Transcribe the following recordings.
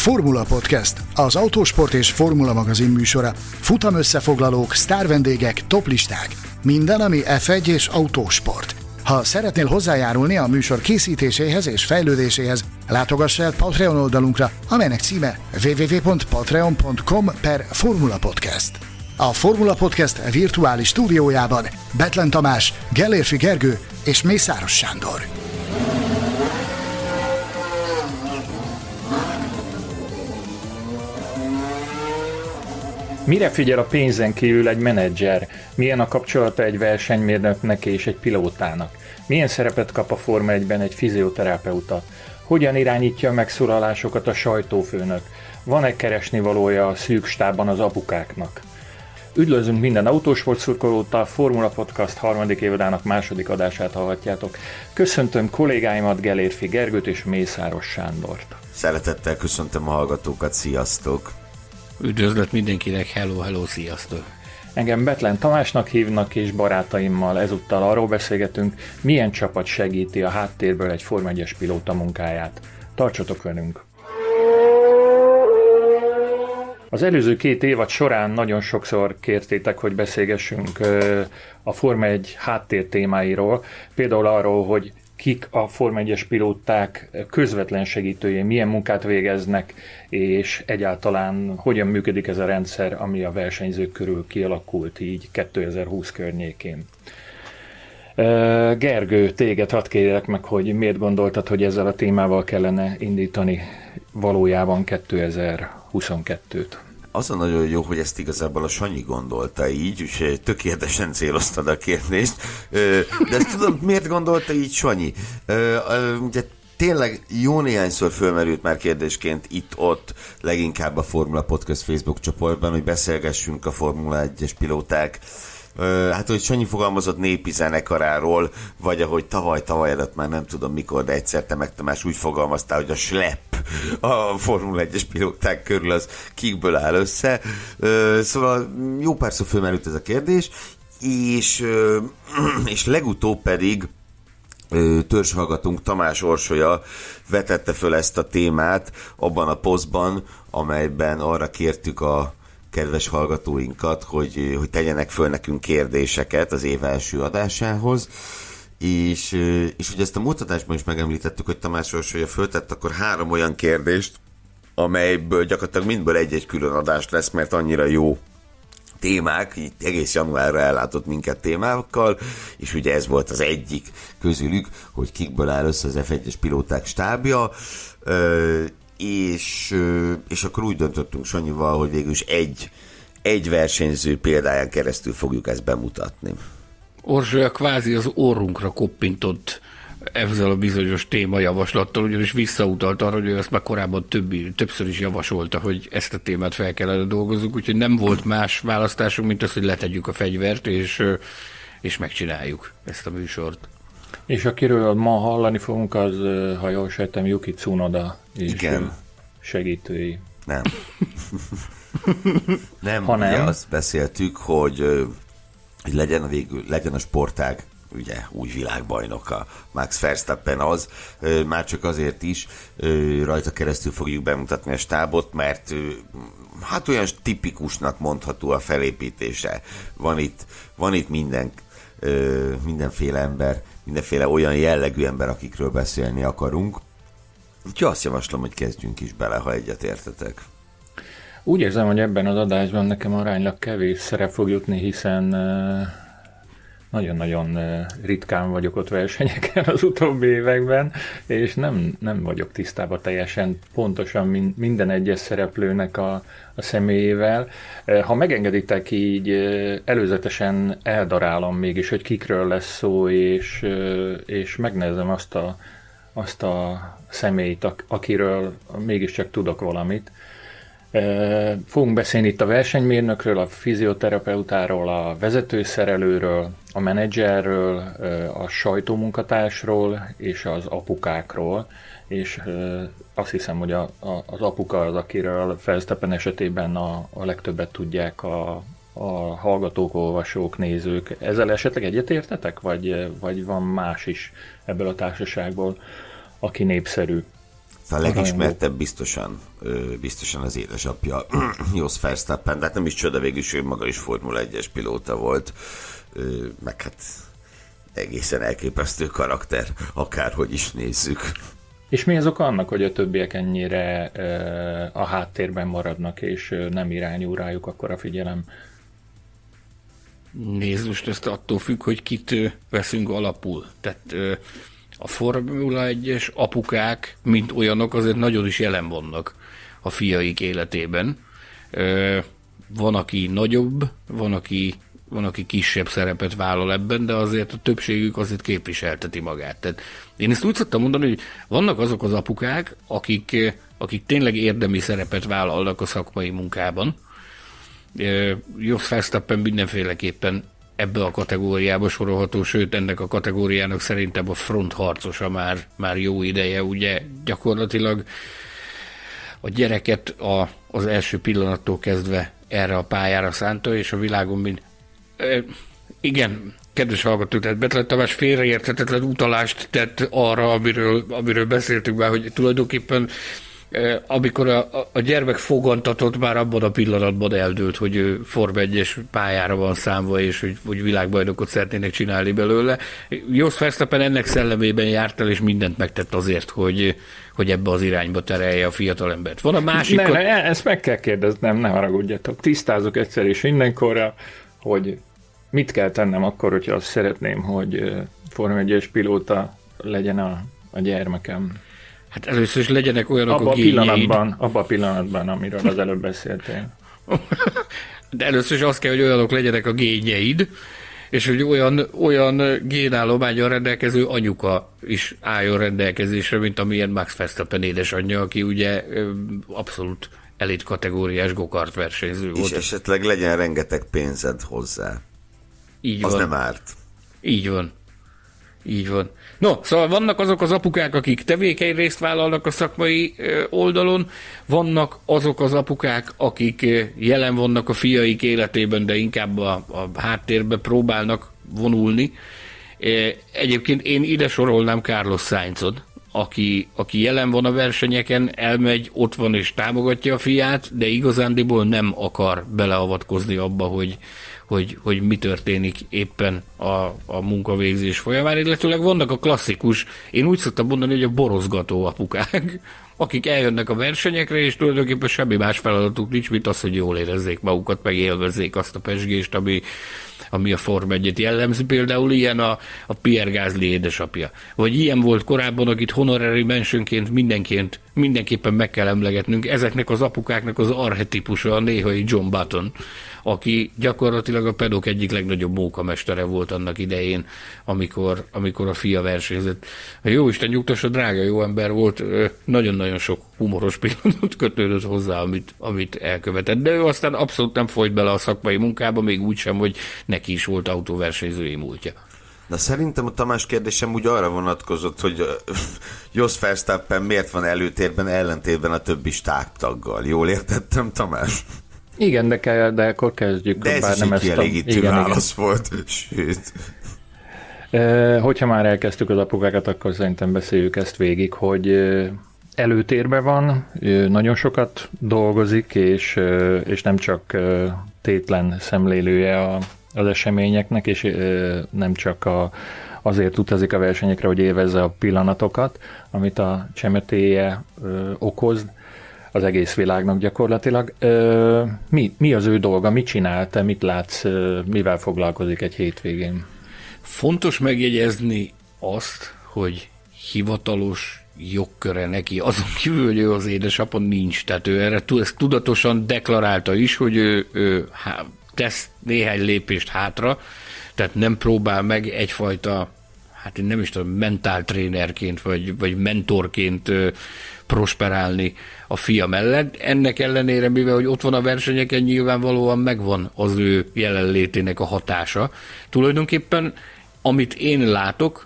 Formula Podcast, az autósport és formula magazin műsora. Futam összefoglalók, sztárvendégek, toplisták. Minden, ami F1 és autósport. Ha szeretnél hozzájárulni a műsor készítéséhez és fejlődéséhez, látogass el Patreon oldalunkra, amelynek címe www.patreon.com/Formula Podcast. A Formula Podcast virtuális stúdiójában Bethlen Tamás, Gellérfi Gergő és Mészáros Sándor. Mire figyel a pénzen kívül egy menedzser? Milyen a kapcsolata egy versenymérnöknek és egy pilótának? Milyen szerepet kap a Forma 1-ben egy fizioterapeuta? Hogyan irányítja a megszólalásokat a sajtófőnök? Van-e keresnivalója a szűk stábban az apukáknak? Üdvözlünk minden autósport szurkolót, a Formula Podcast harmadik évadának második adását hallhatjátok. Köszöntöm kollégáimat, Gellérfi Gergőt és Mészáros Sándort. Szeretettel köszöntöm a hallgatókat, sziasztok! Üdvözlet mindenkinek, hello, sziasztok! Engem Bethlen Tamásnak hívnak, és barátaimmal ezúttal arról beszélgetünk, milyen csapat segíti a háttérből egy Forma 1-es pilóta munkáját. Tartsatok velünk! Az előző 2 évad során nagyon sokszor kértétek, hogy beszélgessünk a Forma 1 háttér témáiról, például arról, hogy kik a Forma 1-es pilóták közvetlen segítői, milyen munkát végeznek, és egyáltalán hogyan működik ez a rendszer, ami a versenyzők körül kialakult így 2020 környékén. Gergő, téged hadd kérlek meg, hogy miért gondoltad, hogy ezzel a témával kellene indítani valójában 2022-t? Az a nagyon jó, hogy ezt igazából a Sanyi gondolta így, úgyhogy tökéletesen céloztad a kérdést. De ezt tudom, miért gondolta így Sanyi? Ugye tényleg jó néhányszor fölmerült már kérdésként itt-ott, leginkább a Formula Podcast Facebook csoportban, hogy beszélgessünk a Formula 1-es pilóták, hát, hogy Sanyi fogalmazott népi zenekaráról, vagy ahogy tavaly előtt már nem tudom mikor, de egyszer te meg Tamás úgy fogalmaztál, hogy a schlepp a Formula 1-es pilóták körül az kikből áll össze. Szóval jó párszor fölmerült ez a kérdés, és legutóbb pedig törzshallgatónk Tamás Orsolya vetette föl ezt a témát abban a posztban, amelyben arra kértük a kedves hallgatóinkat, hogy tegyenek föl nekünk kérdéseket az év első adásához, és hogy ezt a múlt adásban is megemlítettük, hogy Tamás Orsolya föltett akkor 3 olyan kérdést, amelyből gyakorlatilag mindből egy-egy külön adás lesz, mert annyira jó témák, így egész januárra ellátott minket témákkal, és ugye ez volt az egyik közülük, hogy kikből áll össze az F1-es pilóták stábja, és akkor úgy döntöttünk Sanyival, hogy végül is egy versenyző példáján keresztül fogjuk ezt bemutatni. Orsolya kvázi az orrunkra koppintott ezzel a bizonyos témajavaslattal, ugyanis visszautalt arra, hogy ő ezt már korábban többször is javasolta, hogy ezt a témát fel kellene dolgozzuk, úgyhogy nem volt más választásunk, mint az, hogy letegyük a fegyvert, és megcsináljuk ezt a műsort. És akiről ma hallani fogunk, az, ha jól sejtem, Yuki Tsunoda és igen. Segítői. Nem. Nem, ha ugye nem, azt beszéltük, hogy legyen a sportág ugye új világbajnoka. Max Verstappen az, már csak azért is rajta keresztül fogjuk bemutatni a stábot, mert hát olyan tipikusnak mondható a felépítése. Van itt mindenféle ember, mindenféle olyan jellegű ember, akikről beszélni akarunk. Úgyhogy azt javaslom, hogy kezdjünk is bele, ha egyetértetek. Úgy érzem, hogy ebben az adásban nekem aránylag kevés szerep fog jutni, hiszen nagyon-nagyon ritkán vagyok ott versenyeken az utóbbi években, és nem vagyok tisztában teljesen pontosan minden egyes szereplőnek a személyével. Ha megengeditek, így előzetesen eldarálom mégis, hogy kikről lesz szó, és megnézem azt a személyt, akiről mégiscsak tudok valamit. Fogunk beszélni itt a versenymérnökről, a fizioterapeutáról, a vezetőszerelőről, a menedzserről, a sajtómunkatársról és az apukákról, és azt hiszem, hogy az apuka az, akiről Verstappen esetében a legtöbbet tudják a hallgatók, olvasók, nézők. Ezzel esetleg egyetértetek, vagy van más is ebből a társaságból, aki népszerű? A legismertebb biztosan az édesapja, Jos Verstappen, de hát nem is csoda, végül is ő maga is Formula 1-es pilóta volt, meg hát egészen elképesztő karakter, akárhogy is nézzük. És mi az oka annak, hogy a többiek ennyire a háttérben maradnak, és nem irányul rájuk akkor a figyelem? Nézd, most ezt attól függ, hogy kit veszünk alapul. Tehát a Formula 1-es apukák, mint olyanok, azért nagyon is jelen vannak a fiaik életében. Van, aki nagyobb, van, aki kisebb szerepet vállal ebben, de azért a többségük azért képviselteti magát. Tehát én ezt úgy szoktam mondani, hogy vannak azok az apukák, akik tényleg érdemi szerepet vállalnak a szakmai munkában. Jos Verstappen mindenféleképpen ebbe a kategóriába sorolható, sőt ennek a kategóriának szerintem a frontharcosa már jó ideje, ugye gyakorlatilag a gyereket az első pillanattól kezdve erre a pályára szánta, és a világon igen, kedves hallgatók, tehát Betlen Tamás félreérthetetlen utalást tett arra, amiről beszéltünk már, hogy tulajdonképpen amikor a gyermek fogantatott, már abban a pillanatban eldőlt, hogy ő Form 1-es pályára van számva, és hogy világbajnokot szeretnének csinálni belőle. Jos Verstappen ennek szellemében járt el, és mindent megtett azért, hogy ebbe az irányba terelje a fiatalembert. Van a másik... Ezt meg kell kérdeznem, ne haragudjatok. Tisztázok egyszer és mindenkorra, hogy mit kell tennem akkor, hogyha azt szeretném, hogy Form 1-es pilóta legyen a gyermekem. Hát először is legyenek olyanok a gényeid. Abban a pillanatban, amiről az előbb beszéltél. De először is az kell, hogy olyanok legyenek a gényeid, és hogy olyan génállománnyal rendelkező anyuka is álljon rendelkezésre, mint amilyen Max Verstappen édesanyja, aki ugye abszolút elit kategóriás gokart versenyző volt. És esetleg legyen rengeteg pénzed hozzá. Így az van. Nem árt. Így van. Így van. No, szóval vannak azok az apukák, akik tevékeny részt vállalnak a szakmai oldalon, vannak azok az apukák, akik jelen vannak a fiaik életében, de inkább a háttérbe próbálnak vonulni. Egyébként én ide sorolnám Carlos Sainzot, aki jelen van a versenyeken, elmegy, ott van és támogatja a fiát, de igazándiból nem akar beleavatkozni abba, hogy mi történik éppen a munkavégzés folyamán, illetőleg vannak a klasszikus, én úgy szoktam mondani, hogy a borozgató apukák, akik eljönnek a versenyekre, és tulajdonképpen semmi más feladatuk nincs, mint az, hogy jól érezzék magukat, meg élvezzék azt a pezsgést, ami a Form 1-et jellemzi. Például ilyen a Pierre Gasly édesapja. Vagy ilyen volt korábban, akit honorary mentionként mindenképpen meg kell emlegetnünk. Ezeknek az apukáknak az archetipusa a néhai John Button, aki gyakorlatilag a pedok egyik legnagyobb mókamestere volt annak idején, amikor a fia versenyzett. Jóisten nyugtassa, drága jó ember volt, nagyon-nagyon sok humoros pillanat kötődött hozzá, amit elkövetett. De ő aztán abszolút nem folyt bele a szakmai munkába, még úgy sem, hogy neki is volt autóversenyzői múltja. Na szerintem a Tamás kérdésem úgy arra vonatkozott, hogy Jos Verstappen miért van előtérben ellentétben a többi stábtaggal. Jól értettem, Tamás? Igen, de akkor kezdjük. De ez is egy kielégítő válasz volt. Sőt. Hogyha már elkezdtük az apukákat, akkor szerintem beszéljük ezt végig, hogy előtérben van, nagyon sokat dolgozik, és nem csak tétlen szemlélője az eseményeknek, és nem csak azért utazik a versenyekre, hogy élvezze a pillanatokat, amit a csemetéje okoz az egész világnak gyakorlatilag. Mi az ő dolga, mit csinál, te mit látsz, mivel foglalkozik egy hétvégén? Fontos megjegyezni azt, hogy hivatalos jogköre neki, azon kívül, hogy ő az édesapa, nincs. Tehát ő erre ezt tudatosan deklarálta is, hogy ő tesz néhány lépést hátra, tehát nem próbál meg egyfajta, hát én nem is tudom, mentáltrénerként vagy mentorként prosperálni a fia mellett. Ennek ellenére, mivel hogy ott van a versenyeken, nyilvánvalóan megvan az ő jelenlétének a hatása. Tulajdonképpen, amit én látok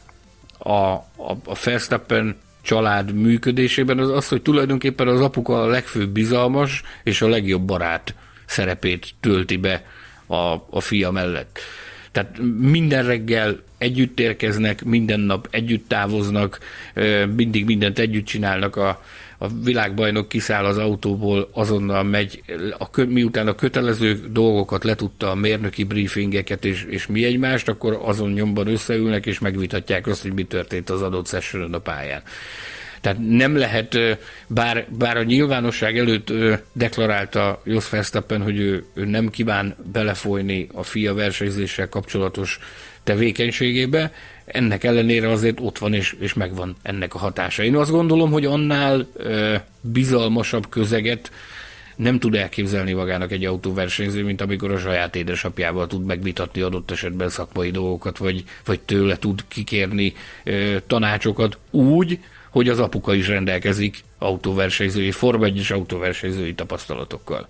a Verstappen család működésében, az az, hogy tulajdonképpen az apuka a legfőbb bizalmas és a legjobb barát szerepét tölti be a fia mellett. Tehát minden reggel együtt érkeznek, minden nap együtt távoznak, mindig mindent együtt csinálnak, a világbajnok kiszáll az autóból, azonnal megy, miután a kötelező dolgokat letudta, a mérnöki briefingeket és mi egymást, akkor azon nyomban összeülnek és megvitatják azt, hogy mi történt az adott sessionon a pályán. Tehát nem lehet, bár a nyilvánosság előtt deklarálta Jos Verstappen, hogy ő nem kíván belefolyni a FIA versenyzéssel kapcsolatos tevékenységébe, ennek ellenére azért ott van és megvan ennek a hatása. Én azt gondolom, hogy annál bizalmasabb közeget nem tud elképzelni magának egy autóversenyző, mint amikor a saját édesapjával tud megvitatni adott esetben szakmai dolgokat, vagy tőle tud kikérni tanácsokat úgy, hogy az apuka is rendelkezik autóversenyzői, Forma 1-es autóversenyzői tapasztalatokkal.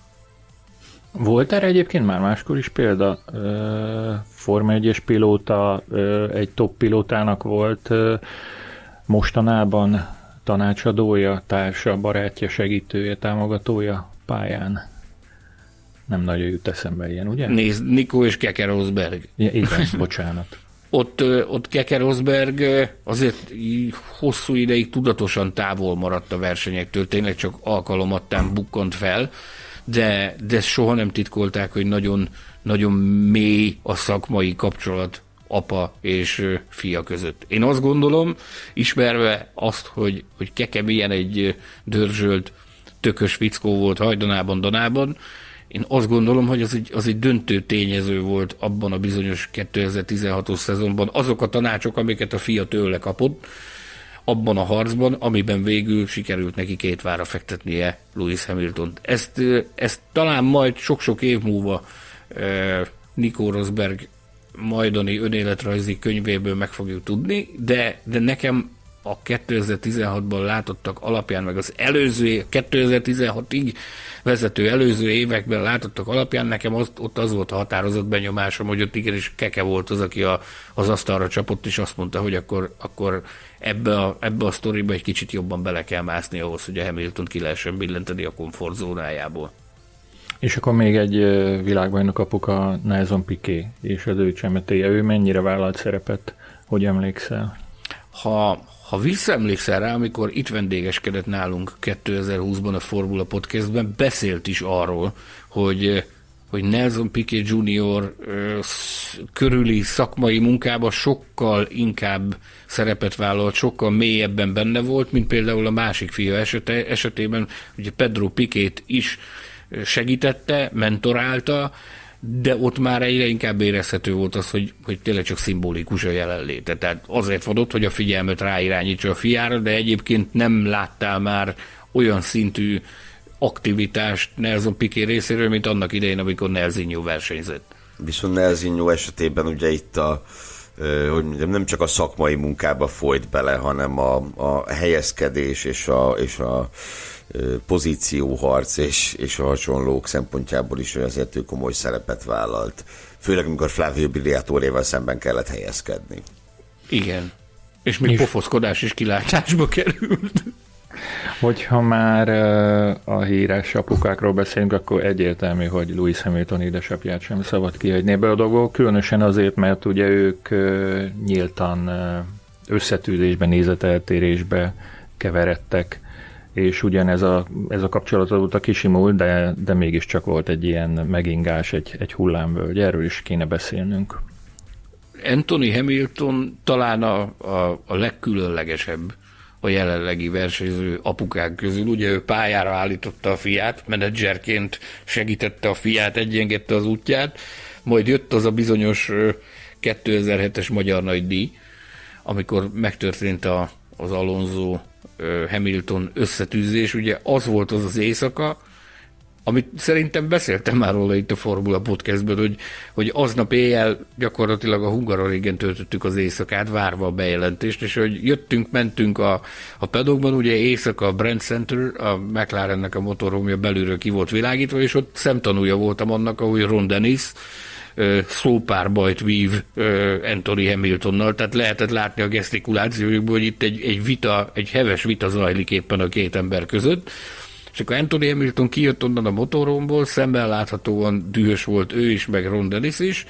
Volt erre egyébként már máskor is példa? Forma 1-es pilóta egy top pilótának volt mostanában tanácsadója, társa, barátja, segítője, támogatója pályán. Nem nagyon jut eszembe ilyen, ugye? Nézd, Nico és Keke Rosberg. Ja, igen, bocsánat. Ott Keke Rosberg azért hosszú ideig tudatosan távol maradt a versenyektől, tényleg csak alkalomattán bukkant fel, de soha nem titkolták, hogy nagyon, nagyon mély a szakmai kapcsolat apa és fia között. Én azt gondolom, ismerve azt, hogy Keke milyen egy dörzsölt, tökös fickó volt hajdanában, danában, én azt gondolom, hogy az egy döntő tényező volt abban a bizonyos 2016-os szezonban. Azok a tanácsok, amiket a fia tőle kapott, abban a harcban, amiben végül sikerült neki 2 vára fektetnie Lewis Hamiltont. Ezt talán majd sok-sok év múlva Nico Rosberg majdani önéletrajzi könyvéből meg fogjuk tudni, de nekem a 2016-ban látottak alapján, meg az előző 2016-ig vezető előző években látottak alapján, nekem ott az volt a határozott benyomásom, hogy ott igenis Keke volt az, aki az asztalra csapott, és azt mondta, hogy akkor ebbe a sztoriba egy kicsit jobban bele kell mászni ahhoz, hogy a Hamiltont ki lehessen billenteni a komfortzónájából. És akkor még egy világbajnok apuka, Nelson Piquet és az ő csemetéje. Ő mennyire vállalt szerepet, hogy emlékszel? Ha visszaemlékszel rá, amikor itt vendégeskedett nálunk 2020-ban a Formula Podcastben, beszélt is arról, hogy Nelson Piquet Jr. Körüli szakmai munkában sokkal inkább szerepet vállalt, sokkal mélyebben benne volt, mint például a másik fia esetében, ugye Pedro Piquet is segítette, mentorálta, de ott már egyre inkább érezhető volt az, hogy tényleg csak szimbolikus a jelenléte. Tehát azért van ott, hogy a figyelmet ráirányítsa a fiára, de egyébként nem láttál már olyan szintű aktivitást Nelson Piquet részéről, mint annak idején, amikor Nelsinho versenyzett. Viszont Nelsinho esetében ugye itt hogy mondjam, nem csak a szakmai munkába folyt bele, hanem a helyezkedés és a pozícióharc és a hasonlók szempontjából is azért ő komoly szerepet vállalt. Főleg, amikor Flavio Briatoréval szemben kellett helyezkedni. Igen. És még pofoszkodás is kilátásba került. Hogyha már a híres apukákról beszélünk, akkor egyértelmű, hogy Lewis Hamilton édesapját sem szabad kihagyni ebből a dolgok, különösen azért, mert ugye ők nyíltan összetűzésbe, nézeteltérésbe keveredtek, és ugyanez a kapcsolat azóta kisimult, de mégiscsak volt egy ilyen megingás, egy hullámvölgy. Erről is kéne beszélnünk. Anthony Hamilton talán a legkülönlegesebb a jelenlegi versenyző apukák közül. Ugye ő pályára állította a fiát, menedzserként segítette a fiát, egyengedte az útját, majd jött az a bizonyos 2007-es magyar nagydíj, amikor megtörtént az Alonso Hamilton összetűzés, ugye az volt az éjszaka, amit szerintem beszéltem már róla itt a Formula Podcastben, hogy aznap éjjel gyakorlatilag a Hungaroringen töltöttük az éjszakát, várva a bejelentést, és hogy jöttünk, mentünk a paddockban, ugye éjszaka a Brand Center, a McLarennek a motorhomja belülről ki volt világítva, és ott szemtanúja voltam annak, ahogy Ron Dennis szópárbajt vív Anthony Hamiltonnal, tehát lehetett látni a gesztikulációjukból, hogy itt egy heves vita zajlik éppen a két ember között, és akkor Anthony Hamilton kijött onnan a motorhomból, szemben láthatóan dühös volt ő is, meg Ron Dennis is,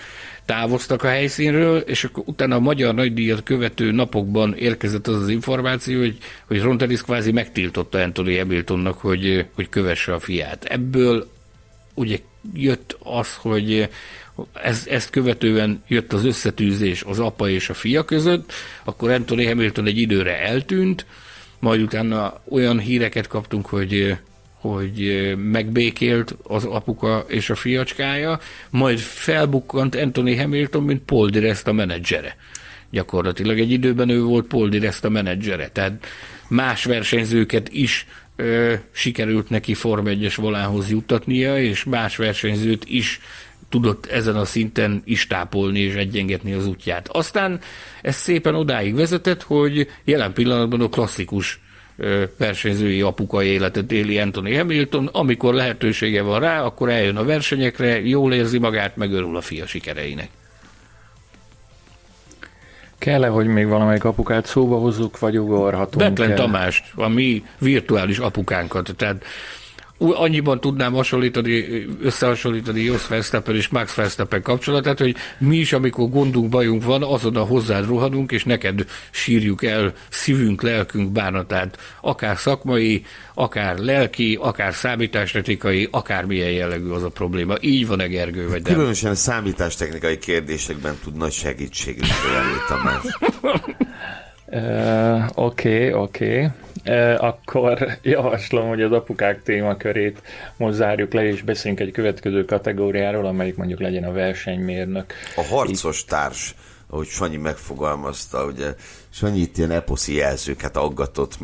távoztak a helyszínről, és akkor utána a magyar nagydíjat követő napokban érkezett az információ, hogy Ron Dennis kvázi megtiltotta Anthony Hamiltonnak, hogy kövesse a fiát. Ebből ugye jött az, hogy ezt követően jött az összetűzés az apa és a fia között, akkor Anthony Hamilton egy időre eltűnt, majd utána olyan híreket kaptunk, hogy megbékélt az apuka és a fiacskája, majd felbukkant Anthony Hamilton, mint Paul di Resta menedzsere. Gyakorlatilag egy időben ő volt Paul di Resta menedzsere, tehát más versenyzőket is sikerült neki Form 1-es volánhoz juttatnia, és más versenyzőt is tudott ezen a szinten is tápolni és egyengetni az útját. Aztán ez szépen odáig vezetett, hogy jelen pillanatban a klasszikus versenyzői apuka életet éli Anthony Hamilton, amikor lehetősége van rá, akkor eljön a versenyekre, jól érzi magát, megörül a fia sikereinek. Kell-e, hogy még valamelyik apukát szóba hozzuk, vagy ugorhatunk? Bethlen Tamást, a mi virtuális apukánkat, tehát annyiban tudnám összehasonlítani Jos Verstappen és Max Verstappen kapcsolatát, hogy mi is, amikor gondunk, bajunk van, azonnal hozzád rohanunk, és neked sírjuk el szívünk, lelkünk bánatát, akár szakmai, akár lelki, akár számítástechnikai, akármilyen jellegű az a probléma. Így van-e, Gergő, vagy nem? Különösen számítástechnikai kérdésekben tud nagy segítségre lenni, Tamás. Oké. Akkor javaslom, hogy az apukák témakörét most zárjuk le, és beszéljünk egy következő kategóriáról, amelyik mondjuk legyen a versenymérnök. A harcos társ, ahogy Sanyi megfogalmazta, ugye Sanyi itt ilyen eposzi jelzőket aggatott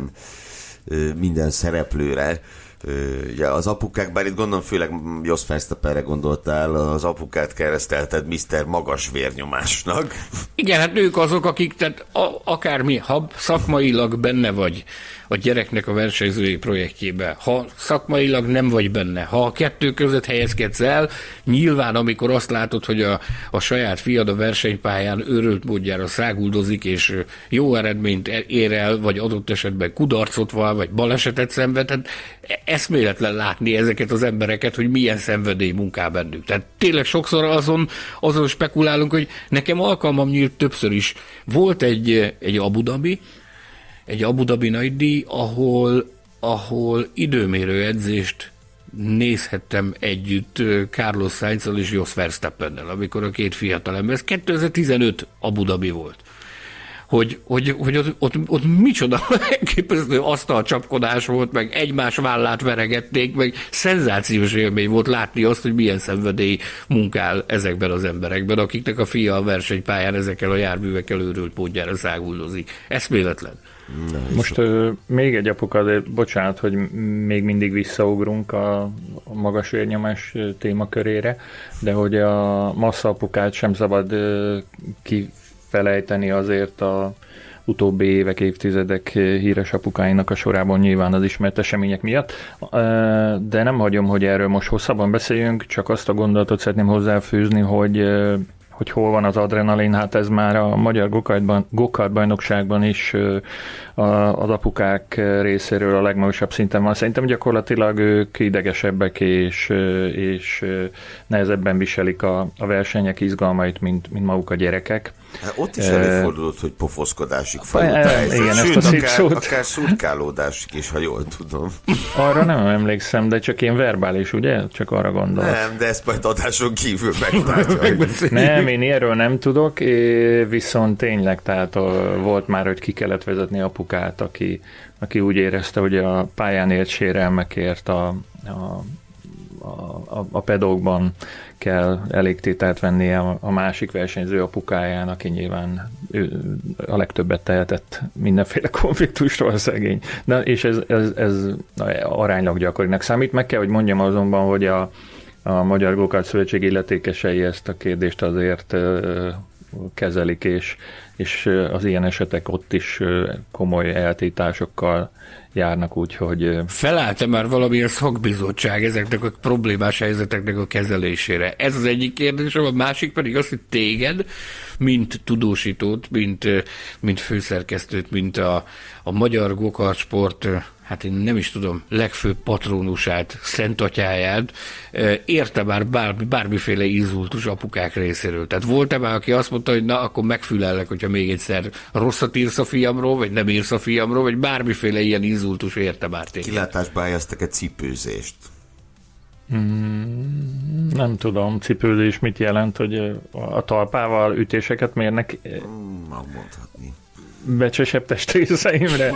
minden szereplőre. Ugye az apukák, bár itt gondolom főleg Jos Verstappenre gondoltál, az apukát keresztelted Mr. Magas vérnyomásnak. Igen, hát ők azok, akik, tehát akármi, ha szakmailag benne vagy a gyereknek a versenyzői projektjében, ha szakmailag nem vagy benne, ha a kettő között helyezkedsz el, nyilván amikor azt látod, hogy a saját fiad a versenypályán őrült módjára száguldozik, és jó eredményt ér el, vagy adott esetben kudarcot van, vagy balesetet szenved, tehát eszméletlen látni ezeket az embereket, hogy milyen szenvedély munká bennük. Tehát tényleg sokszor azon spekulálunk, hogy nekem alkalmam nyílt többször is. Volt egy Abu Dhabi nagydíj, ahol időmérő edzést nézhettem együtt Carlos Sainz-al és Jos Verstappennel, amikor a két fiatalember, ez 2015 Abu Dhabi volt. Hogy ott micsoda elképesztő asztalcsapkodás volt, meg egymás vállát veregették, meg szenzációs élmény volt látni azt, hogy milyen szenvedély munkál ezekben az emberekben, akiknek a fia a versenypályán ezekkel a járművekkel őrült módjára száguldozik. Eszméletlen. Most még egy apuka, de bocsánat, hogy még mindig visszaugrunk a magas vérnyomás témakörére, de hogy a massza apukát sem szabad kifelejteni azért a utóbbi évek, évtizedek híres apukáinak a sorában nyilván az ismert események miatt, de nem hagyom, hogy erről most hosszabban beszéljünk, csak azt a gondolatot szeretném hozzáfűzni, hogy hol van az adrenalin, hát ez már a magyar go-kart bajnokságban is az apukák részéről a legmagasabb szinten van. Szerintem gyakorlatilag ők idegesebbek és nehezebben viselik a versenyek izgalmait, mint maguk a gyerekek. Hát ott is előfordulott, hogy pofoszkodásig fajult. Igen, sőt, ezt a akár szurkálódásig is, ha jól tudom. Arra nem emlékszem, de csak én verbális, ugye? Csak arra gondolsz. Nem, de ezt majd adáson kívül megtárgyaljuk. Nem, én erről nem tudok, viszont tényleg, tehát volt már, hogy ki kellett vezetni apukát, aki úgy érezte, hogy a pályán ért sérelmekért a pedokban kell elégtételt vennie a másik versenyző apukáján, aki nyilván a legtöbbet tehetett mindenféle konfliktusról, szegény. De, és ez aránylag gyakorinak számít. Meg kell, hogy mondjam azonban, hogy a Magyar Go-kart Szövetség illetékesei ezt a kérdést azért kezelik, és az ilyen esetek ott is komoly eltiltásokkal járnak, úgyhogy... Felállt-e már valamilyen szakbizottság ezeknek a problémás helyzeteknek a kezelésére? Ez az egyik kérdés, a másik pedig az, hogy téged, mint tudósítót, mint főszerkesztőt, mint a magyar gokartsport, hát én nem is tudom, legfőbb patrónusát, szentatyáját, érte már bármiféle inzultus apukák részéről. Tehát volt-e már, aki azt mondta, hogy na, akkor megfülellek, hogyha még egyszer rosszat írsz a fiamról, vagy nem írsz a fiamról, vagy bármiféle ilyen inzultus érte már téged? Kilátásba helyeztek egy cipőzést. Nem tudom, cipőzés mit jelent, hogy a talpával ütéseket mérnek? Mondhatni. Becsesebb testrészeimre.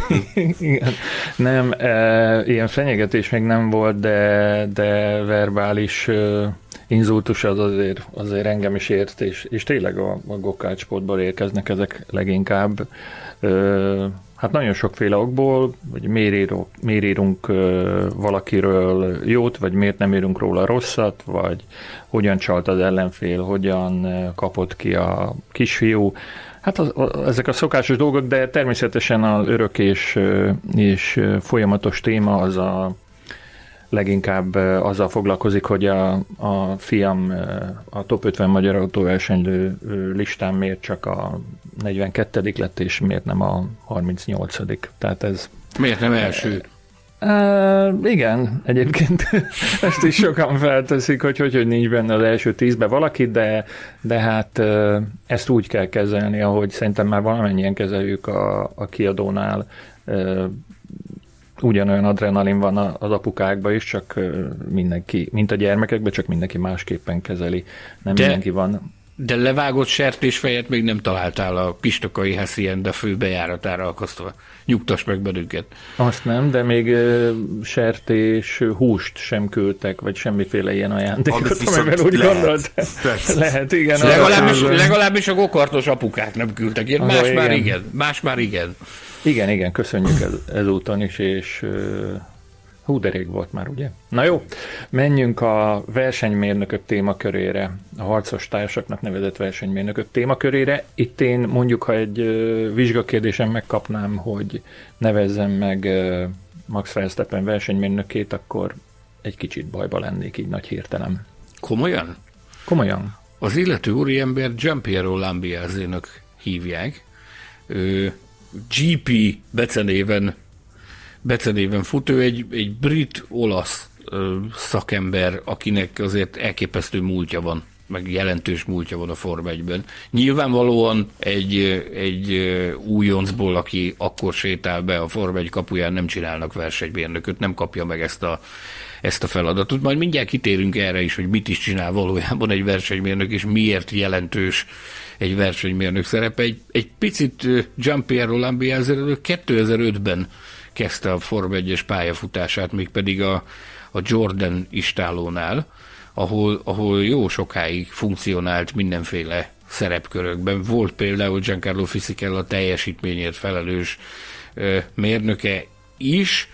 Nem, ilyen fenyegetés még nem volt, de verbális inzultus az azért engem is ért, és tényleg a gokártsportból érkeznek ezek leginkább. Hát nagyon sokféle okból, hogy miért írunk valakiről jót, vagy miért nem írunk róla rosszat, vagy hogyan csalt az ellenfél, hogyan kapott ki a kisfiú. Hát ezek a szokásos dolgok, de természetesen az örök és folyamatos téma az leginkább azzal foglalkozik, hogy a fiam a top 50 magyar autóversenylő listán miért csak a 42. lett, és miért nem a 38. Tehát ez... Miért nem első? Igen, egyébként ezt is sokan felteszik, hogy nincs benne az első 10-ben valaki, de hát ezt úgy kell kezelni, ahogy szerintem már valamennyien kezeljük a kiadónál. Ugyanolyan adrenalin van az apukákban is, csak mindenki, mint a gyermekekben, csak mindenki másképpen kezeli. Nem mindenki van. De levágott sertésfejet még nem találtál a Pistokai Hacienda főbejáratára akasztva. Nyugtass meg bennünket. Azt nem, de még sertés húst sem küldtek, vagy semmiféle ilyen ajándékot, amivel úgy gondolt. Lehet, igen. Legalábbis a gokartos apukák nem küldtek ilyen. Más már igen. Igen, köszönjük ezúton is, és hú, de rég volt már, ugye? Na jó, menjünk a versenymérnökök témakörére, a harcos társaknak nevezett versenymérnökök témakörére. Itt én mondjuk, ha egy vizsgakérdésen megkapnám, hogy nevezzem meg Max Verstappen versenymérnökét, akkor egy kicsit bajba lennék így nagy hirtelen. Komolyan? Komolyan. Az illető úriember Giampiero Lambiase-nek hívják. GP becenéven fut, ő egy brit-olasz szakember, akinek azért elképesztő múltja van, meg jelentős múltja van a Forma 1-ben. Nyilvánvalóan egy újoncból, aki akkor sétál be a Forma 1 kapuján, nem csinálnak versenymérnököt, nem kapja meg ezt a feladatot. Majd mindjárt kitérünk erre is, hogy mit is csinál valójában egy versenymérnök, és miért jelentős egy versenymérnök szerepe. Egy picit Giampiero Lambiase 2005-ben kezdte a Forma 1-es pályafutását, mégpedig a Jordan istálónál, ahol jó sokáig funkcionált mindenféle szerepkörökben. Volt például Giancarlo Fisichella teljesítményért felelős mérnöke is.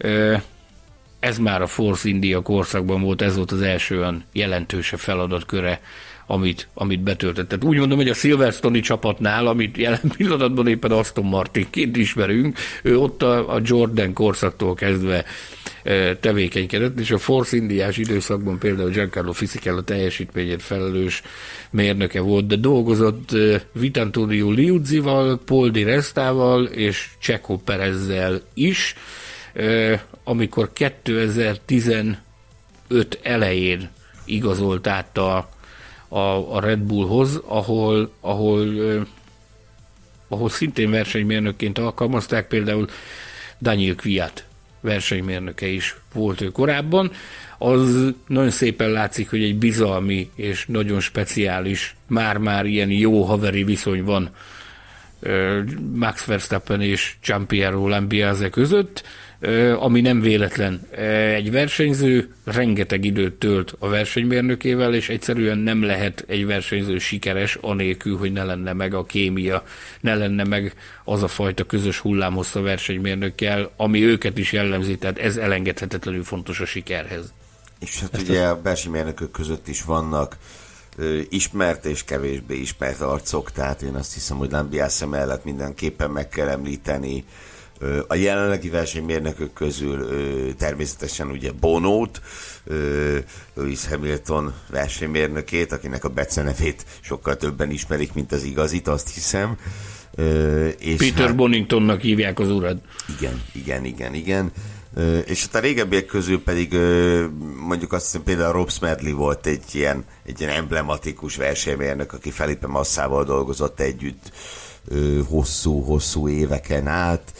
Ez már a Force India korszakban volt, ez volt az első olyan jelentősebb feladatköre, amit betöltött. Tehát úgy mondom, hogy a Silverstone-i csapatnál, amit jelen pillanatban éppen Aston Martinként ismerünk, ő ott a Jordan korszaktól kezdve tevékenykedett, és a Force Indiás időszakban például Giancarlo Fisichella teljesítményért felelős mérnöke volt, de dolgozott Vitantonio Liuzzival, Paul Di Restával és Checo Perezzel is, amikor 2015 elején igazolt át a Red Bullhoz, ahol szintén versenymérnökként alkalmazták, például Daniel Kvyat versenymérnöke is volt ő korábban. Az nagyon szépen látszik, hogy egy bizalmi és nagyon speciális, már ilyen jó haveri viszony van Max Verstappen és Giampiero Lambiase között, ami nem véletlen. Egy versenyző rengeteg időt tölt a versenymérnökével, és egyszerűen nem lehet egy versenyző sikeres anélkül, hogy ne lenne meg a kémia, ne lenne meg az a fajta közös hullámhossz a versenymérnökkel, ami őket is jellemzi, tehát ez elengedhetetlenül fontos a sikerhez. És hát ugye a versenymérnökök között is vannak ismert és kevésbé ismert arcok, tehát én azt hiszem, hogy Lambiase mellett mindenképpen meg kell említeni a jelenlegi versenymérnökök közül természetesen ugye Bonót, Lewis Hamilton versenymérnökét, akinek a becenevét sokkal többen ismerik, mint az igazit, azt hiszem. És Peter Boningtonnak hívják az urat. Igen. És hát a régebbiek közül pedig mondjuk azt hiszem például Rob Smedley volt egy ilyen emblematikus versenymérnök, aki Felipe Massával dolgozott együtt hosszú éveken át.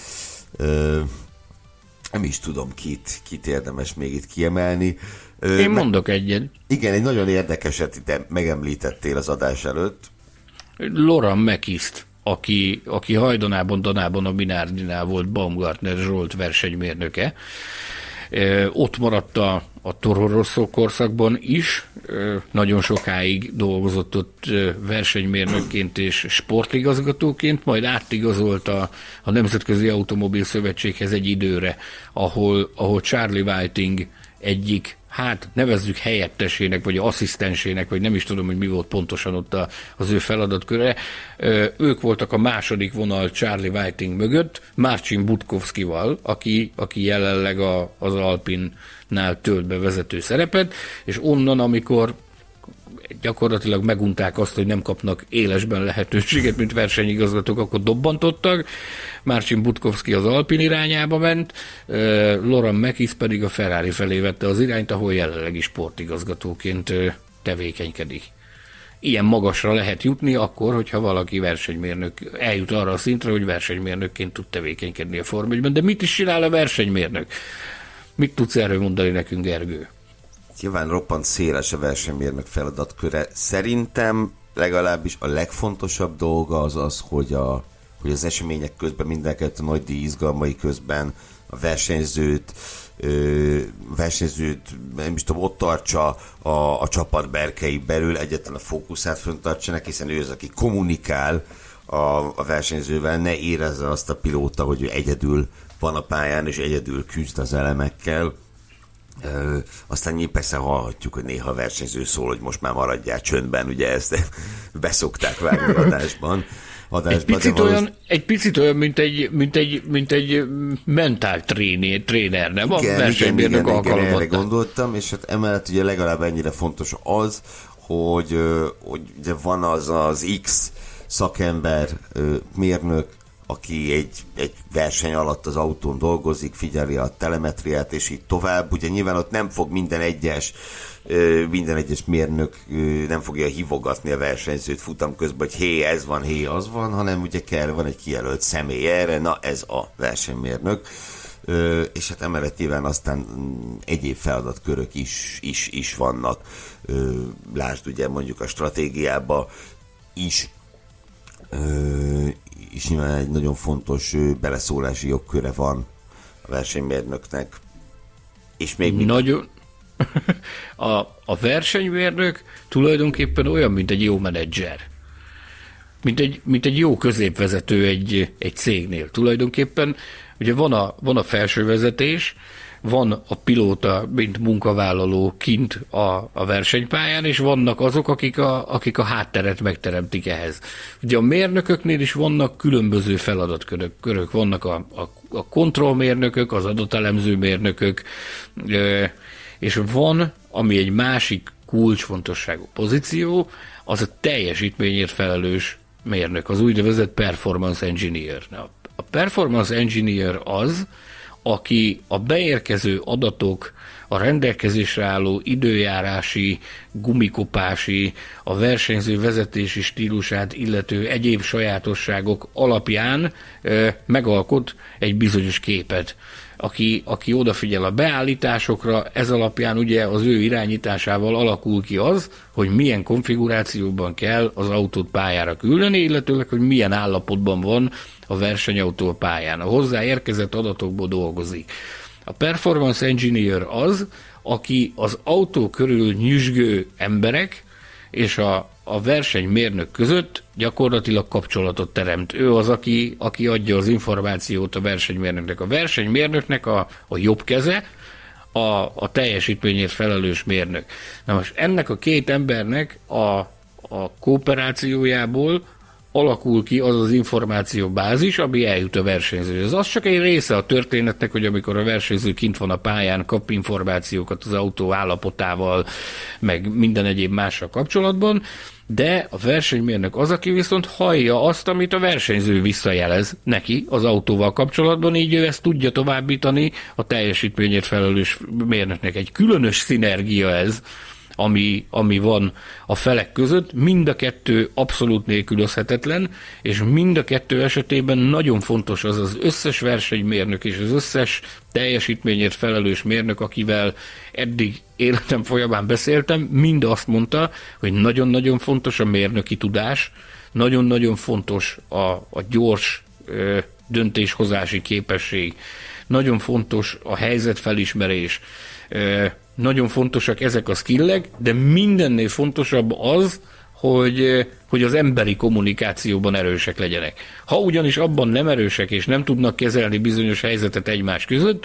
Nem is tudom, kit érdemes még itt kiemelni. Én mondok egyet. Igen, egy nagyon érdekeset itt megemlítettél az adás előtt. Laurent Mekist, aki hajdanában a Minardinál volt Baumgartner Zsolt versenymérnöke. Ott maradt a Toro Rosso korszakban is, nagyon sokáig dolgozott ott versenymérnökként és sportigazgatóként, majd átigazolt a Nemzetközi Automobil Szövetséghez egy időre, ahol Charlie Whiting egyik, nevezzük helyettesének, vagy asszisztensének, vagy nem is tudom, hogy mi volt pontosan ott az ő feladatköre. Ők voltak a második vonal Charlie Whiting mögött, Marcin Budkowskival, aki jelenleg az Alpinnál tölt be vezető szerepet, és onnan, amikor gyakorlatilag megunták azt, hogy nem kapnak élesben lehetőséget, mint versenyigazgatók, akkor dobbantottak. Marcin Budkowski az Alpin irányába ment, Laurent Mekis pedig a Ferrari felé vette az irányt, ahol jelenleg is sportigazgatóként tevékenykedik. Ilyen magasra lehet jutni akkor, hogyha valaki versenymérnök eljut arra a szintre, hogy versenymérnökként tud tevékenykedni a Forma 1-ben. De mit is csinál a versenymérnök? Mit tudsz erről mondani nekünk, Gergő? Nyilván roppant széles a versenymérnök feladatköre. Szerintem legalábbis a legfontosabb dolga az, hogy az események közben, mindenkelőtt a nagy díj izgalmai közben a versenyzőt nem is tudom, ott tartsa a csapat berkei belül, egyetlen a fókuszát fönt tartsanak, hiszen ő az, aki kommunikál a versenyzővel, ne érezze azt a pilóta, hogy ő egyedül van a pályán, és egyedül küzd az elemekkel. Aztán persze hallhatjuk, hogy néha a versenyző szól, hogy most már maradjál csöndben, ugye ezt beszokták vágni adásban. Egy picit olyan, mint egy mentál tréner, nem? A versenymérnök alkalmatta. Erre gondoltam, és hát emellett ugye legalább ennyire fontos az, hogy ugye van az X szakember, mérnök, aki egy verseny alatt az autón dolgozik, figyeli a telemetriát, és így tovább. Ugye nyilván ott nem fog minden egyes mérnök nem fogja hívogatni a versenyzőt futam közben, hogy hé, ez van, hé, az van, hanem ugye van egy kijelölt személy erre, na ez a versenymérnök. És hát emellett nyilván aztán egyéb feladatkörök is vannak. Lásd ugye mondjuk a stratégiába is nyilván egy nagyon fontos beleszólási jogköre van a versenymérnöknek. És még nagyon... A versenymérnök tulajdonképpen olyan, mint egy jó menedzser. Mint egy jó középvezető egy cégnél. Tulajdonképpen ugye van a felső vezetés, van a pilóta, mint munkavállaló kint a versenypályán, és vannak azok, akik a hátteret megteremtik ehhez. Ugye a mérnököknél is vannak különböző feladatkörök. Vannak a kontrollmérnökök, az adatelemző mérnökök, és van, ami egy másik kulcsfontosságú pozíció, az a teljesítményért felelős mérnök, az úgynevezett performance engineer. A performance engineer az, aki a beérkező adatok, a rendelkezésre álló időjárási, gumikopási, a versenyző vezetési stílusát illető egyéb sajátosságok alapján megalkot egy bizonyos képet. Aki odafigyel a beállításokra, ez alapján ugye az ő irányításával alakul ki az, hogy milyen konfigurációban kell az autót pályára küldeni, illetőleg, hogy milyen állapotban van a versenyautó a pályán. A hozzáérkezett adatokból dolgozik. A performance engineer az, aki az autó körül nyüzsgő emberek és a versenymérnök között gyakorlatilag kapcsolatot teremt. Ő az, aki adja az információt a versenymérnöknek. A versenymérnöknek a jobb keze, a teljesítményért felelős mérnök. Na most ennek a két embernek a kooperációjából alakul ki az az információbázis, ami eljut a versenyzőhöz. Az csak egy része a történetnek, hogy amikor a versenyző kint van a pályán, kap információkat az autó állapotával, meg minden egyéb mással kapcsolatban, de a versenymérnök az, aki viszont hallja azt, amit a versenyző visszajelez neki az autóval kapcsolatban, így ő ezt tudja továbbítani a teljesítményért felelős mérnöknek. Egy különös szinergia ez, ami van a felek között, mind a kettő abszolút nélkülözhetetlen, és mind a kettő esetében nagyon fontos az összes versenymérnök és az összes teljesítményért felelős mérnök, akivel eddig életem folyamán beszéltem, mind azt mondta, hogy nagyon-nagyon fontos a mérnöki tudás, nagyon-nagyon fontos a gyors döntéshozási képesség, nagyon fontos a helyzetfelismerés, nagyon fontosak ezek a skillek, de mindennél fontosabb az, hogy az emberi kommunikációban erősek legyenek. Ha ugyanis abban nem erősek, és nem tudnak kezelni bizonyos helyzetet egymás között,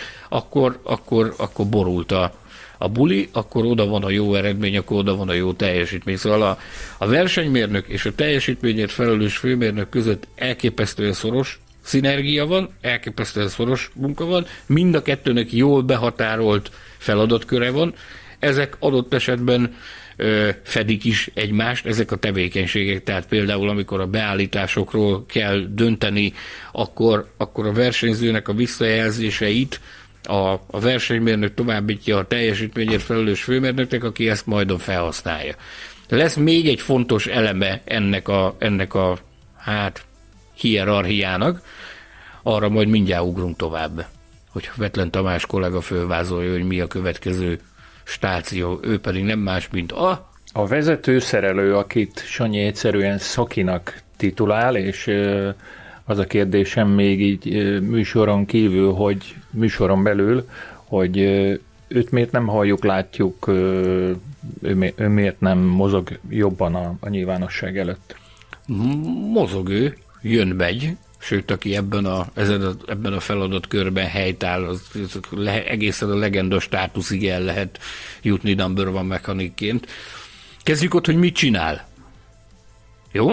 akkor borult a buli, akkor oda van a jó eredmény, akkor oda van a jó teljesítmény. Szóval a versenymérnök és a teljesítményért felelős főmérnök között elképesztően szoros szinergia van, elképesztően szoros munka van, mind a kettőnek jól behatárolt feladatköre van, ezek adott esetben fedik is egymást, ezek a tevékenységek, tehát például amikor a beállításokról kell dönteni, akkor a versenyzőnek a visszajelzéseit a versenymérnök továbbítja a teljesítményért felelős főmérnöknek, aki ezt majdon felhasználja. Lesz még egy fontos eleme ennek a hierarchiának, arra majd mindjárt ugrunk tovább, hogy Vetlen Tamás kollega fölvázolja, hogy mi a következő stáció, ő pedig nem más, mint a vezetőszerelő, akit Sanyi egyszerűen Szakinak titulál, és az a kérdésem még így műsoron kívül, hogy műsoron belül, hogy őt miért nem halljuk, látjuk, ő miért nem mozog jobban a nyilvánosság előtt? Mozog ő, jön-megy, sőt, aki ebben a feladatkörben helytáll, az egészen a legenda státuszig el lehet jutni number one mechanikként. Kezdjük ott, hogy mit csinál. Jó?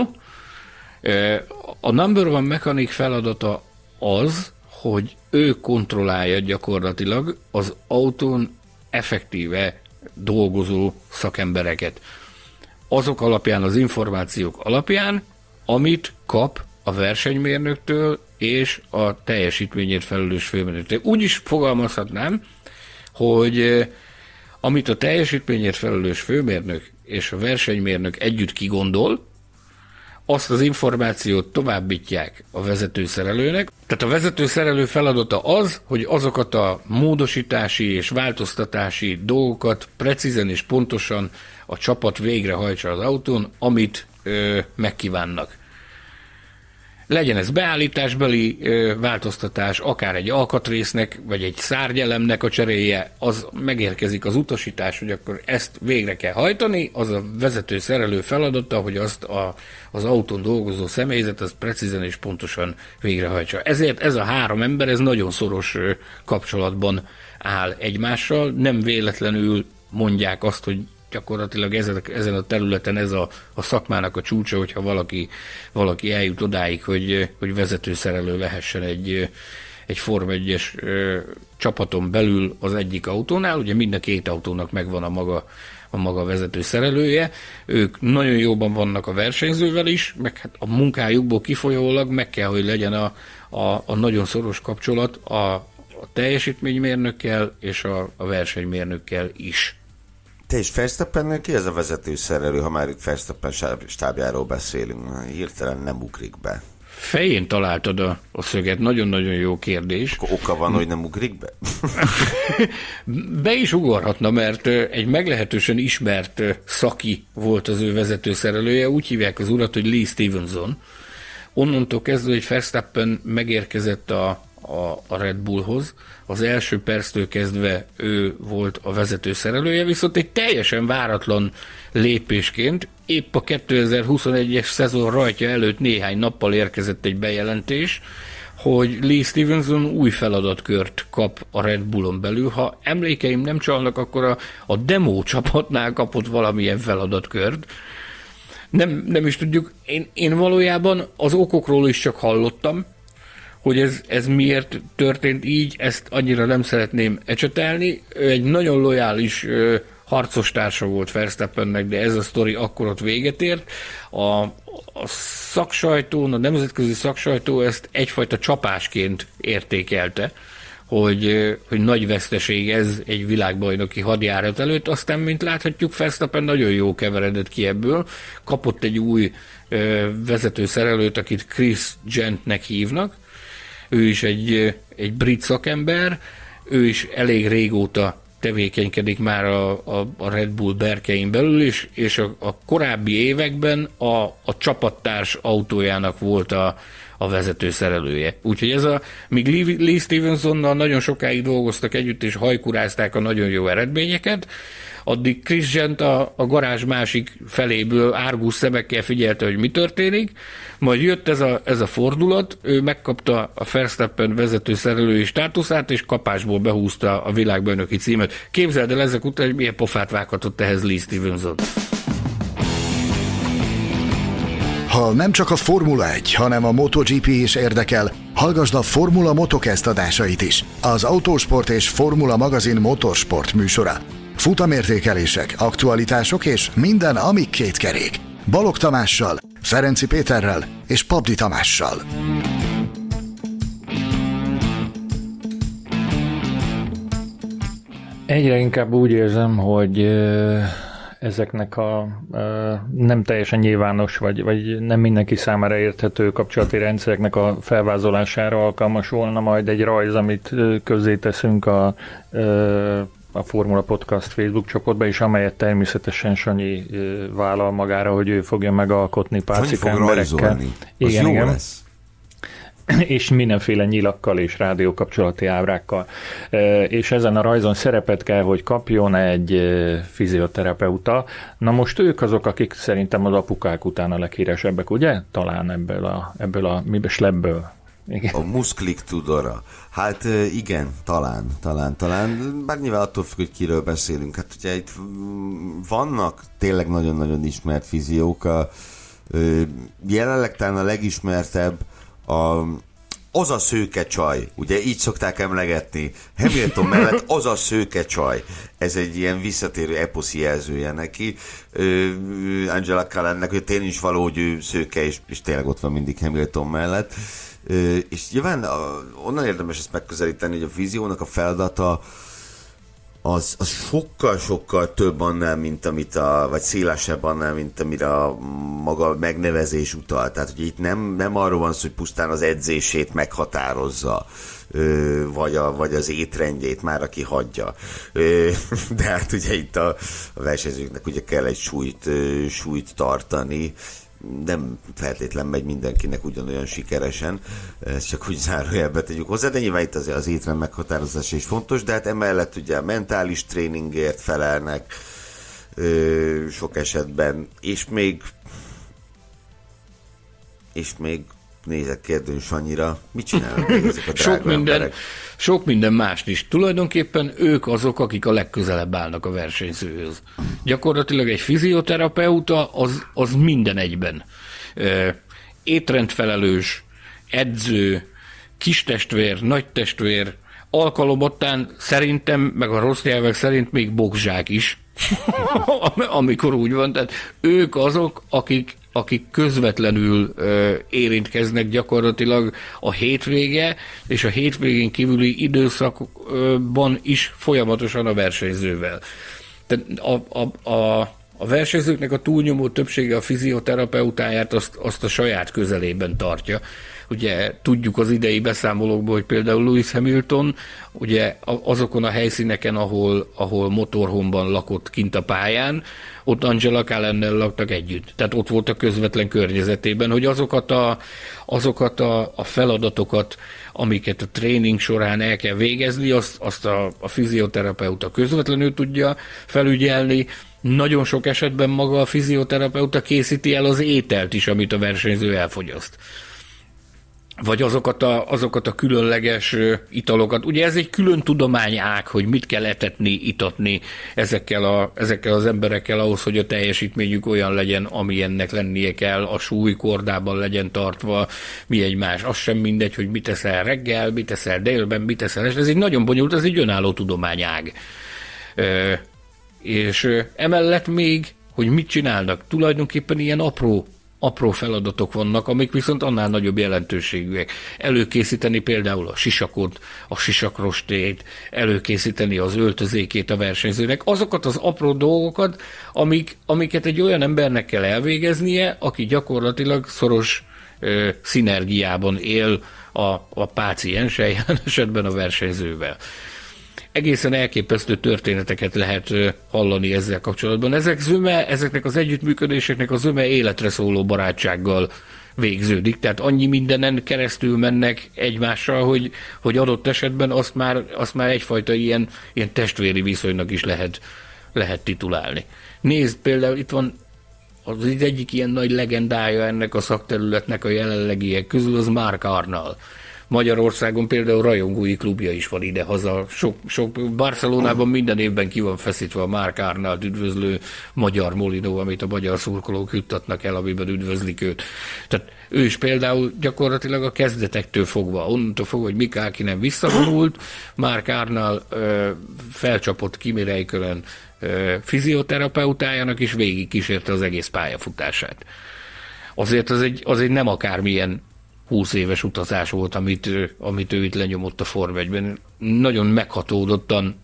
A number one mechanik feladata az, hogy ő kontrollálja gyakorlatilag az autón effektíve dolgozó szakembereket. Azok alapján, az információk alapján, amit kap a versenymérnöktől és a teljesítményért felelős főmérnöktől. Úgy is fogalmazhatnám, hogy amit a teljesítményért felelős főmérnök és a versenymérnök együtt kigondol, azt az információt továbbítják a vezetőszerelőnek. Tehát a vezetőszerelő feladata az, hogy azokat a módosítási és változtatási dolgokat precízen és pontosan a csapat végrehajtsa az autón, amit megkívánnak. Legyen ez beállításbeli változtatás, akár egy alkatrésznek, vagy egy szárnyelemnek a cseréje, az megérkezik az utasítás, hogy akkor ezt végre kell hajtani, az a vezető szerelő feladata, hogy azt az autón dolgozó személyzet az precízen és pontosan végrehajtsa. Ezért ez a három ember, ez nagyon szoros kapcsolatban áll egymással, nem véletlenül mondják azt, hogy gyakorlatilag ezen a területen ez a szakmának a csúcsa, hogyha valaki eljut odáig, hogy vezetőszerelő lehessen egy Form 1-es csapaton belül az egyik autónál. Ugye mind a két autónak megvan a maga vezetőszerelője. Ők nagyon jóban vannak a versenyzővel is, meg hát a munkájukból kifolyólag meg kell, hogy legyen a nagyon szoros kapcsolat a teljesítménymérnökkel és a versenymérnökkel is. Te is Verstappennél ki ez a vezetőszerelő, ha már itt Verstappen stábjáról beszélünk? Hirtelen nem ugrik be. Fején találtad a szöget, nagyon-nagyon jó kérdés. Akkor oka van, hogy nem ugrik be? Be is ugorhatna, mert egy meglehetősen ismert szaki volt az ő vezetőszerelője, úgy hívják az urat, hogy Lee Stevenson. Onnantól kezdve, hogy Verstappen megérkezett a Red Bullhoz, az első perctől kezdve ő volt a vezetőszerelője, viszont egy teljesen váratlan lépésként épp a 2021-es szezon rajtja előtt néhány nappal érkezett egy bejelentés, hogy Lee Stevenson új feladatkört kap a Red Bullon belül. Ha emlékeim nem csalnak, akkor a demo csapatnál kapott valamilyen feladatkört. Nem is tudjuk. Én valójában az okokról is csak hallottam, hogy ez miért történt így, ezt annyira nem szeretném ecsetelni. Ő egy nagyon lojális harcos társa volt Verstappennek, de ez a sztori akkor ott véget ért. A szaksajtón, a nemzetközi szaksajtó ezt egyfajta csapásként értékelte, hogy nagy veszteség ez egy világbajnoki hadjárat előtt, aztán, mint láthatjuk, Verstappen nagyon jó keveredett ki ebből, kapott egy új vezetőszerelőt, akit Chris Gentnek hívnak, ő is egy brit szakember, ő is elég régóta tevékenykedik már a Red Bull berkein belül, és a korábbi években a csapattárs autójának volt a vezetőszerelője. Úgyhogy míg Lee Stevensonnal nagyon sokáig dolgoztak együtt, és hajkurázták a nagyon jó eredményeket, addig Chris Gent a garázs másik feléből árgus szemekkel figyelte, hogy mi történik, majd jött ez a fordulat, ő megkapta a Verstappen vezetőszerelői státuszát, és kapásból behúzta a világbajnoki címet. Képzeld el ezek után, hogy milyen pofát vághatott ehhez Lee Stevenson. Ha nem csak a Formula 1, hanem a MotoGP is érdekel, hallgasd a Formula Motocast adásait is. Az Autósport és Formula magazin motorsport műsora. Futamértékelések, aktualitások és minden, ami két kerék. Balogh Tamással, Ferenci Péterrel és Pabdi Tamással. Egyre inkább úgy érzem, hogy ezeknek a nem teljesen nyilvános, vagy nem mindenki számára érthető kapcsolati rendszereknek a felvázolására alkalmas volna majd egy rajz, amit közzéteszünk a Formula Podcast Facebook csoportba, és amelyet természetesen Sanyi vállal magára, hogy ő fogja megalkotni pácika emberekkel. Igen. Lesz. És mindenféle nyilakkal és rádiókapcsolati ábrákkal. És ezen a rajzon szerepet kell, hogy kapjon egy fizioterapeuta. Na most ők azok, akik szerintem az apukák után a leghíresebbek, ugye? Talán ebből a Schlebből. Igen. A muszklik tudora. Hát igen, talán. Bár nyilván attól függ, hogy kiről beszélünk. Hát ugye itt vannak tényleg nagyon-nagyon ismert fiziók. Jelenleg talán a legismertebb az a szőke csaj, ugye így szokták emlegetni, Hamilton mellett az a szőke csaj. Ez egy ilyen visszatérő eposzi jelzője neki. Angela Cullennek, hogy tényleg is való, hogy ő szőke, és tényleg ott van mindig Hamilton mellett. És nyilván onnan érdemes ezt megközelíteni, hogy a víziónak a feladata az sokkal több annál, mint vagy szélesebb annál, mint amire a maga megnevezés utal. Tehát, hogy itt nem arról van szó, hogy pusztán az edzését meghatározza, vagy az étrendjét már, aki hagyja. De hát ugye itt a versenyzőknek ugye kell egy súlyt tartani, nem feltétlen megy mindenkinek ugyanolyan sikeresen, ezt csak úgy zárójelbe tegyük hozzá, de nyilván itt azért az étrend meghatározása is fontos, de hát emellett ugye a mentális tréningért felelnek sok esetben, és még nézek kérdőn Sanyira, mit csinálnak ezek a drága emberek? Sok minden mást is. Tulajdonképpen ők azok, akik a legközelebb állnak a versenyzőhöz. Gyakorlatilag egy fizioterapeuta az minden egyben. Étrendfelelős, edző, kistestvér, nagytestvér, alkalomattán szerintem, meg a rossz nyelvek szerint még bokzsák is, amikor úgy van. Tehát ők azok, akik közvetlenül érintkeznek gyakorlatilag a hétvége, és a hétvégén kívüli időszakban is folyamatosan a versenyzővel. Tehát a versenyzőknek a túlnyomó többsége a fizioterapeutáját azt a saját közelében tartja. Ugye tudjuk az idei beszámolókból, hogy például Lewis Hamilton ugye azokon a helyszíneken, ahol motorhomban lakott kint a pályán, ott Angela Cullennel laktak együtt. Tehát ott volt a közvetlen környezetében, hogy azokat a feladatokat, amiket a tréning során el kell végezni, azt a fizioterapeuta közvetlenül tudja felügyelni, Nagyon sok esetben maga a fizioterapeuta készíti el az ételt is, amit a versenyző elfogyaszt. Vagy azokat a különleges italokat. Ugye ez egy külön tudományág, hogy mit kell etetni, itatni ezekkel az emberekkel ahhoz, hogy a teljesítményük olyan legyen, amilyennek lennie kell, a súly kordában legyen tartva, mi egymás. Az sem mindegy, hogy mit teszel reggel, mit teszel délben, mit teszel. Ez egy nagyon bonyolult, ez egy önálló tudományág. És emellett még, hogy mit csinálnak, tulajdonképpen ilyen apró feladatok vannak, amik viszont annál nagyobb jelentőségűek. Előkészíteni például a sisakot, a sisakrostét, előkészíteni az öltözékét a versenyzőnek, azokat az apró dolgokat, amiket egy olyan embernek kell elvégeznie, aki gyakorlatilag szoros szinergiában él a pácienssel, jelen esetben a versenyzővel. Egészen elképesztő történeteket lehet hallani ezzel kapcsolatban. Ezeknek az együttműködéseknek a zöme életre szóló barátsággal végződik, tehát annyi mindenen keresztül mennek egymással, hogy adott esetben azt már egyfajta ilyen testvéri viszonynak is lehet titulálni. Nézd, például itt van az egyik ilyen nagy legendája ennek a szakterületnek a jelenlegiek közül, az Mark Arnall. Magyarországon például rajongói klubja is van idehaza. Sok Barcelonában minden évben ki van feszítve a Mark Arnallt üdvözlő magyar molinó, amit a magyar szurkolók juttatnak el, amiben üdvözlik őt. Tehát ő is például gyakorlatilag a kezdetektől fogva, onnantól fogva, hogy Mika Häkkinen visszavonult, Mark Arnall felcsapott Kimi Räikkönen fizioterapeutájának, és végig kísérte az egész pályafutását. Azért az egy nem akármilyen 20 éves utazás volt, amit ő itt lenyomott a Form 1-ben. Nagyon meghatódottan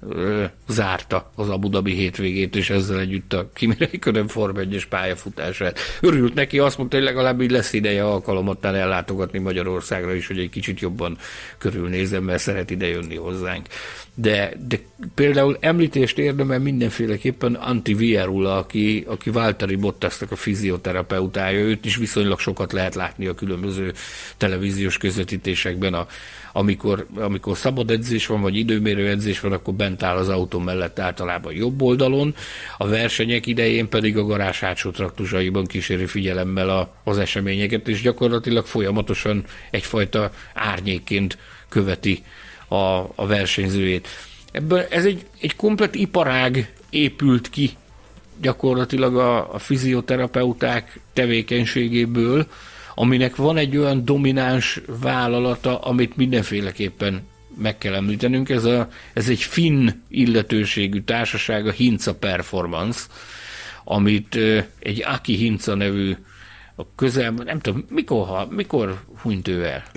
zárta az Abu Dhabi hétvégét, és ezzel együtt a Kimi Räikkönen Form 1-es pályafutását. Örült neki, azt mondta, hogy legalább így lesz ideje alkalomattán ellátogatni Magyarországra is, hogy egy kicsit jobban körülnézem, mert szeret ide jönni hozzánk. De például említést érdemel mindenféleképpen Antti Vierula, aki Valtteri Bottasnak a fizioterapeutája, őt is viszonylag sokat lehet látni a különböző televíziós közvetítésekben, amikor szabad edzés van, vagy időmérő edzés van, akkor bent áll az autó mellett általában jobb oldalon, a versenyek idején pedig a garázs hátsó traktusaiban kíséri figyelemmel az eseményeket, és gyakorlatilag folyamatosan egyfajta árnyékként követi a versenyzőjét. Ebből ez egy komplett iparág épült ki gyakorlatilag a fizioterapeuták tevékenységéből, aminek van egy olyan domináns vállalata, amit mindenféleképpen meg kell említenünk. Ez egy finn illetőségű társaság, a Hintsa Performance, amit egy Aki Hintsa nevű a közelben, nem tudom, mikor hunyt ő el?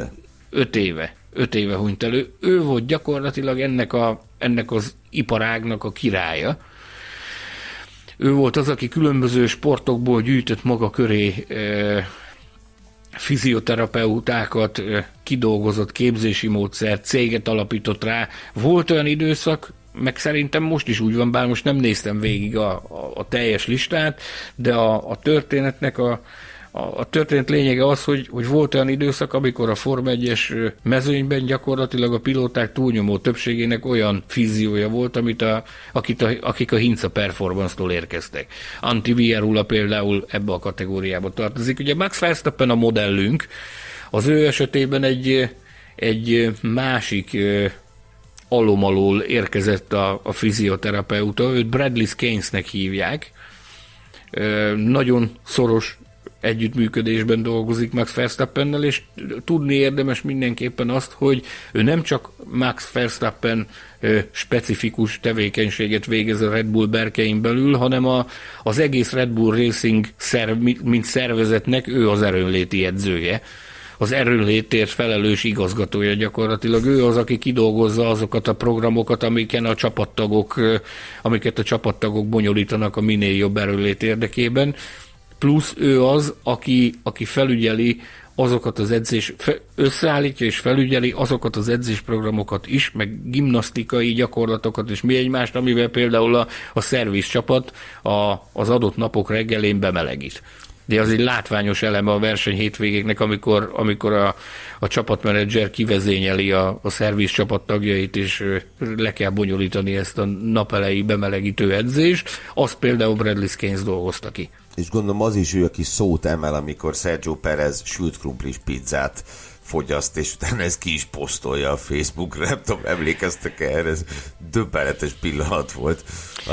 5 éve. 5 éve hunyt elő. Ő volt gyakorlatilag ennek az iparágnak a királya. Ő volt az, aki különböző sportokból gyűjtött maga köré fizioterapeutákat, kidolgozott képzési módszert, céget alapított rá. Volt olyan időszak, meg szerintem most is úgy van, bár most nem néztem végig a teljes listát, de a történetnek a történet lényege az, hogy volt olyan időszak, amikor a Form 1-es mezőnyben gyakorlatilag a pilóták túlnyomó többségének olyan fíziója volt, akik a Hintsa Performance-tól érkeztek. Antti Vierula például ebbe a kategóriába tartozik. Ugye Max Verstappen a modellünk, az ő esetében egy másik alom alól érkezett a fizioterapeuta, őt Bradley Skenesnek hívják. Nagyon szoros együttműködésben dolgozik Max Verstappennel, és tudni érdemes mindenképpen azt, hogy ő nem csak Max Verstappen specifikus tevékenységet végez a Red Bull berkein belül, hanem az egész Red Bull Racing mint szervezetnek ő az erőnléti edzője. Az erőnlétért felelős igazgatója gyakorlatilag. Ő az, aki kidolgozza azokat a programokat, amiket a csapattagok bonyolítanak a minél jobb erőnlét érdekében. Plusz ő az, aki felügyeli azokat az összeállítja és felügyeli azokat az edzésprogramokat is, meg gimnasztikai gyakorlatokat és mi egymást, amivel például a szerviz csapat az adott napok reggelén bemelegít. de az egy látványos eleme a verseny hétvégéknek, amikor a csapatmenedzser kivezényeli a szerviz csapat tagjait, és le kell bonyolítani ezt a napelei bemelegítő edzést. Azt például Bradley Skeins dolgozta ki. És gondolom az is ő, aki szót emel, amikor Sergio Perez sült krumplis pizzát fogyaszt, és utána ezt ki is posztolja a Facebookra. Nem tudom, emlékeztek erre? Ez döbbenetes pillanat volt.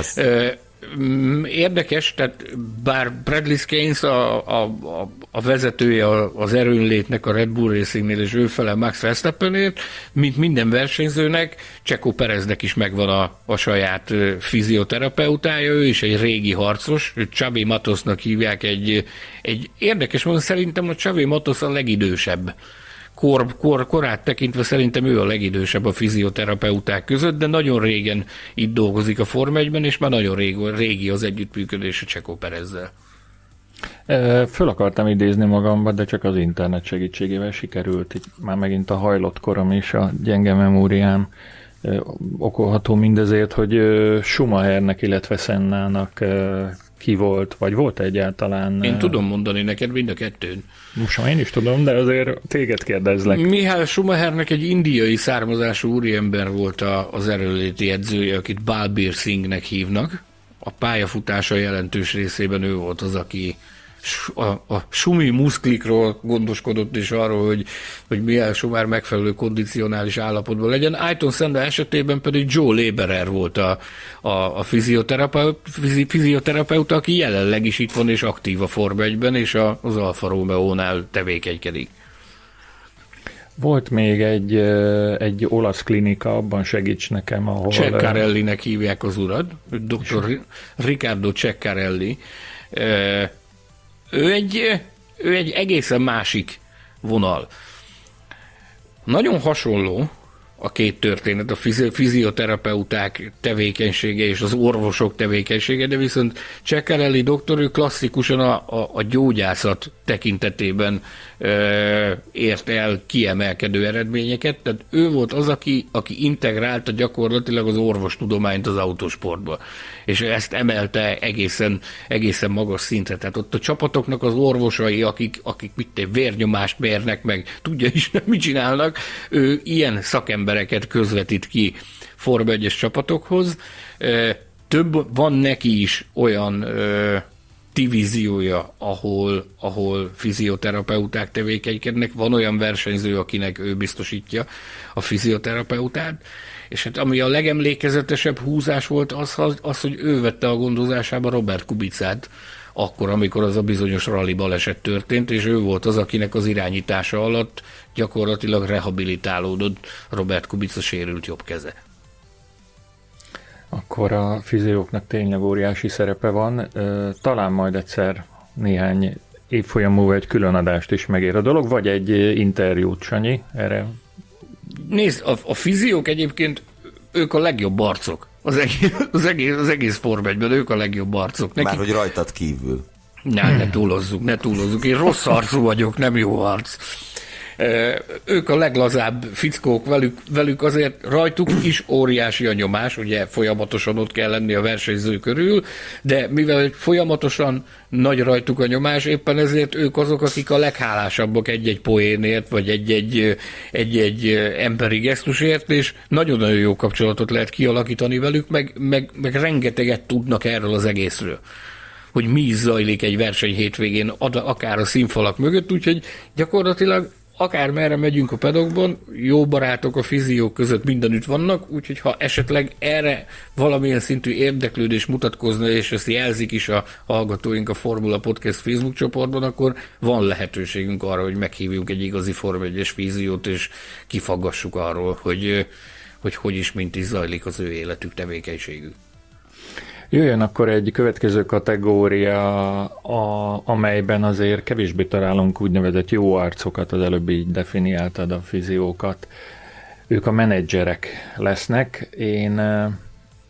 Érdekes, tehát bár Bradley Skeins a vezetője az erőnlétnek a Red Bull Racingnél, és ő felel Max Verstappenért, mint minden versenyzőnek, Checo Pereznek is megvan a saját fizioterapeutája, ő is egy régi harcos, Xavi Matosnak hívják, egy érdekes módon szerintem a Xavi Matos a legidősebb. Korát tekintve szerintem ő a legidősebb a fizioterapeuták között, de nagyon régen itt dolgozik a Forma 1-ben, és már nagyon régi az együttműködés a Checo Perezzel. Föl akartam idézni magamba, de csak az internet segítségével sikerült. Itt már megint a hajlott korom és a gyenge memóriám okolható mindezért, hogy Schumachernek, illetve Sennának ki volt, vagy volt egyáltalán... Én tudom mondani neked mind a kettőn. Most én is tudom, de azért téged kérdezlek. Mihály Schumachernek egy indiai származású úriember volt az erőnléti edzője, akit Balbir Singhnek hívnak. A pályafutása jelentős részében ő volt az, aki a sumi muszklikról gondoskodott, és arról, hogy Mihály Schumacher megfelelő kondicionális állapotban legyen. Ayrton Senna esetében pedig Joe Leberer volt a fizioterapeuta, aki jelenleg is itt van és aktív a Forma 1-ben, és az Alfa Romeo-nál tevékenykedik. Volt még egy olasz klinika, abban segíts nekem, ahol... Ceccarellinek hívják az urat, dr. Riccardo Ceccarelli. Ő egy egészen másik vonal. Nagyon hasonló a két történet, a fizioterapeuták tevékenysége és az orvosok tevékenysége, de viszont Ceccarelli doktor, ő klasszikusan a gyógyászat tekintetében ért el kiemelkedő eredményeket, tehát ő volt az, aki integrálta gyakorlatilag az orvostudományt az autósportba, és ezt emelte egészen magas szintre. Tehát ott a csapatoknak az orvosai, akik vérnyomást mérnek meg, tudja is, mit csinálnak, ő ilyen szakembereket közvetít ki Forma 1-es csapatokhoz. Több van neki is olyan divíziója, ahol fizioterapeuták tevékenykednek, van olyan versenyző, akinek ő biztosítja a fizioterapeutát, és hát ami a legemlékezetesebb húzás volt az, hogy ő vette a gondozásába Robert Kubicát, akkor, amikor az a bizonyos rally baleset történt, és ő volt az, akinek az irányítása alatt gyakorlatilag rehabilitálódott Robert Kubica sérült jobb keze. Akkor a fizióknak tényleg óriási szerepe van. Talán majd egyszer néhány évfolyam múlva egy külön adást is megér a dolog, vagy egy interjút, Sanyi, erre? Nézd, a fiziók egyébként ők a legjobb arcok. Az egész Forma 1-ben ők a legjobb arcok. Már hogy rajtad kívül. Ne túlozzuk. Én rossz arcú vagyok, nem jó arc. Ők a leglazább fickók, velük azért rajtuk is óriási a nyomás, ugye folyamatosan ott kell lenni a versenyző körül, de mivel folyamatosan nagy rajtuk a nyomás, éppen ezért ők azok, akik a leghálásabbak egy-egy poénért, vagy egy-egy emberi gesztusért, és nagyon-nagyon jó kapcsolatot lehet kialakítani velük, meg rengeteget tudnak erről az egészről, hogy mi is zajlik egy verseny hétvégén, akár a színfalak mögött, úgyhogy gyakorlatilag akármerre megyünk a pedokban, jó barátok a fiziók között mindenütt vannak, úgyhogy ha esetleg erre valamilyen szintű érdeklődés mutatkozna, és ezt jelzik is a hallgatóink a Formula Podcast Facebook csoportban, akkor van lehetőségünk arra, hogy meghívjunk egy igazi Forma 1-es fiziót, és kifaggassuk arról, hogy is, mint is zajlik az ő életük, tevékenységük. Jöjjön akkor egy következő kategória, amelyben azért kevésbé találunk úgynevezett jó arcokat, az előbb így definiáltad a fiziókat. Ők a menedzserek lesznek. Én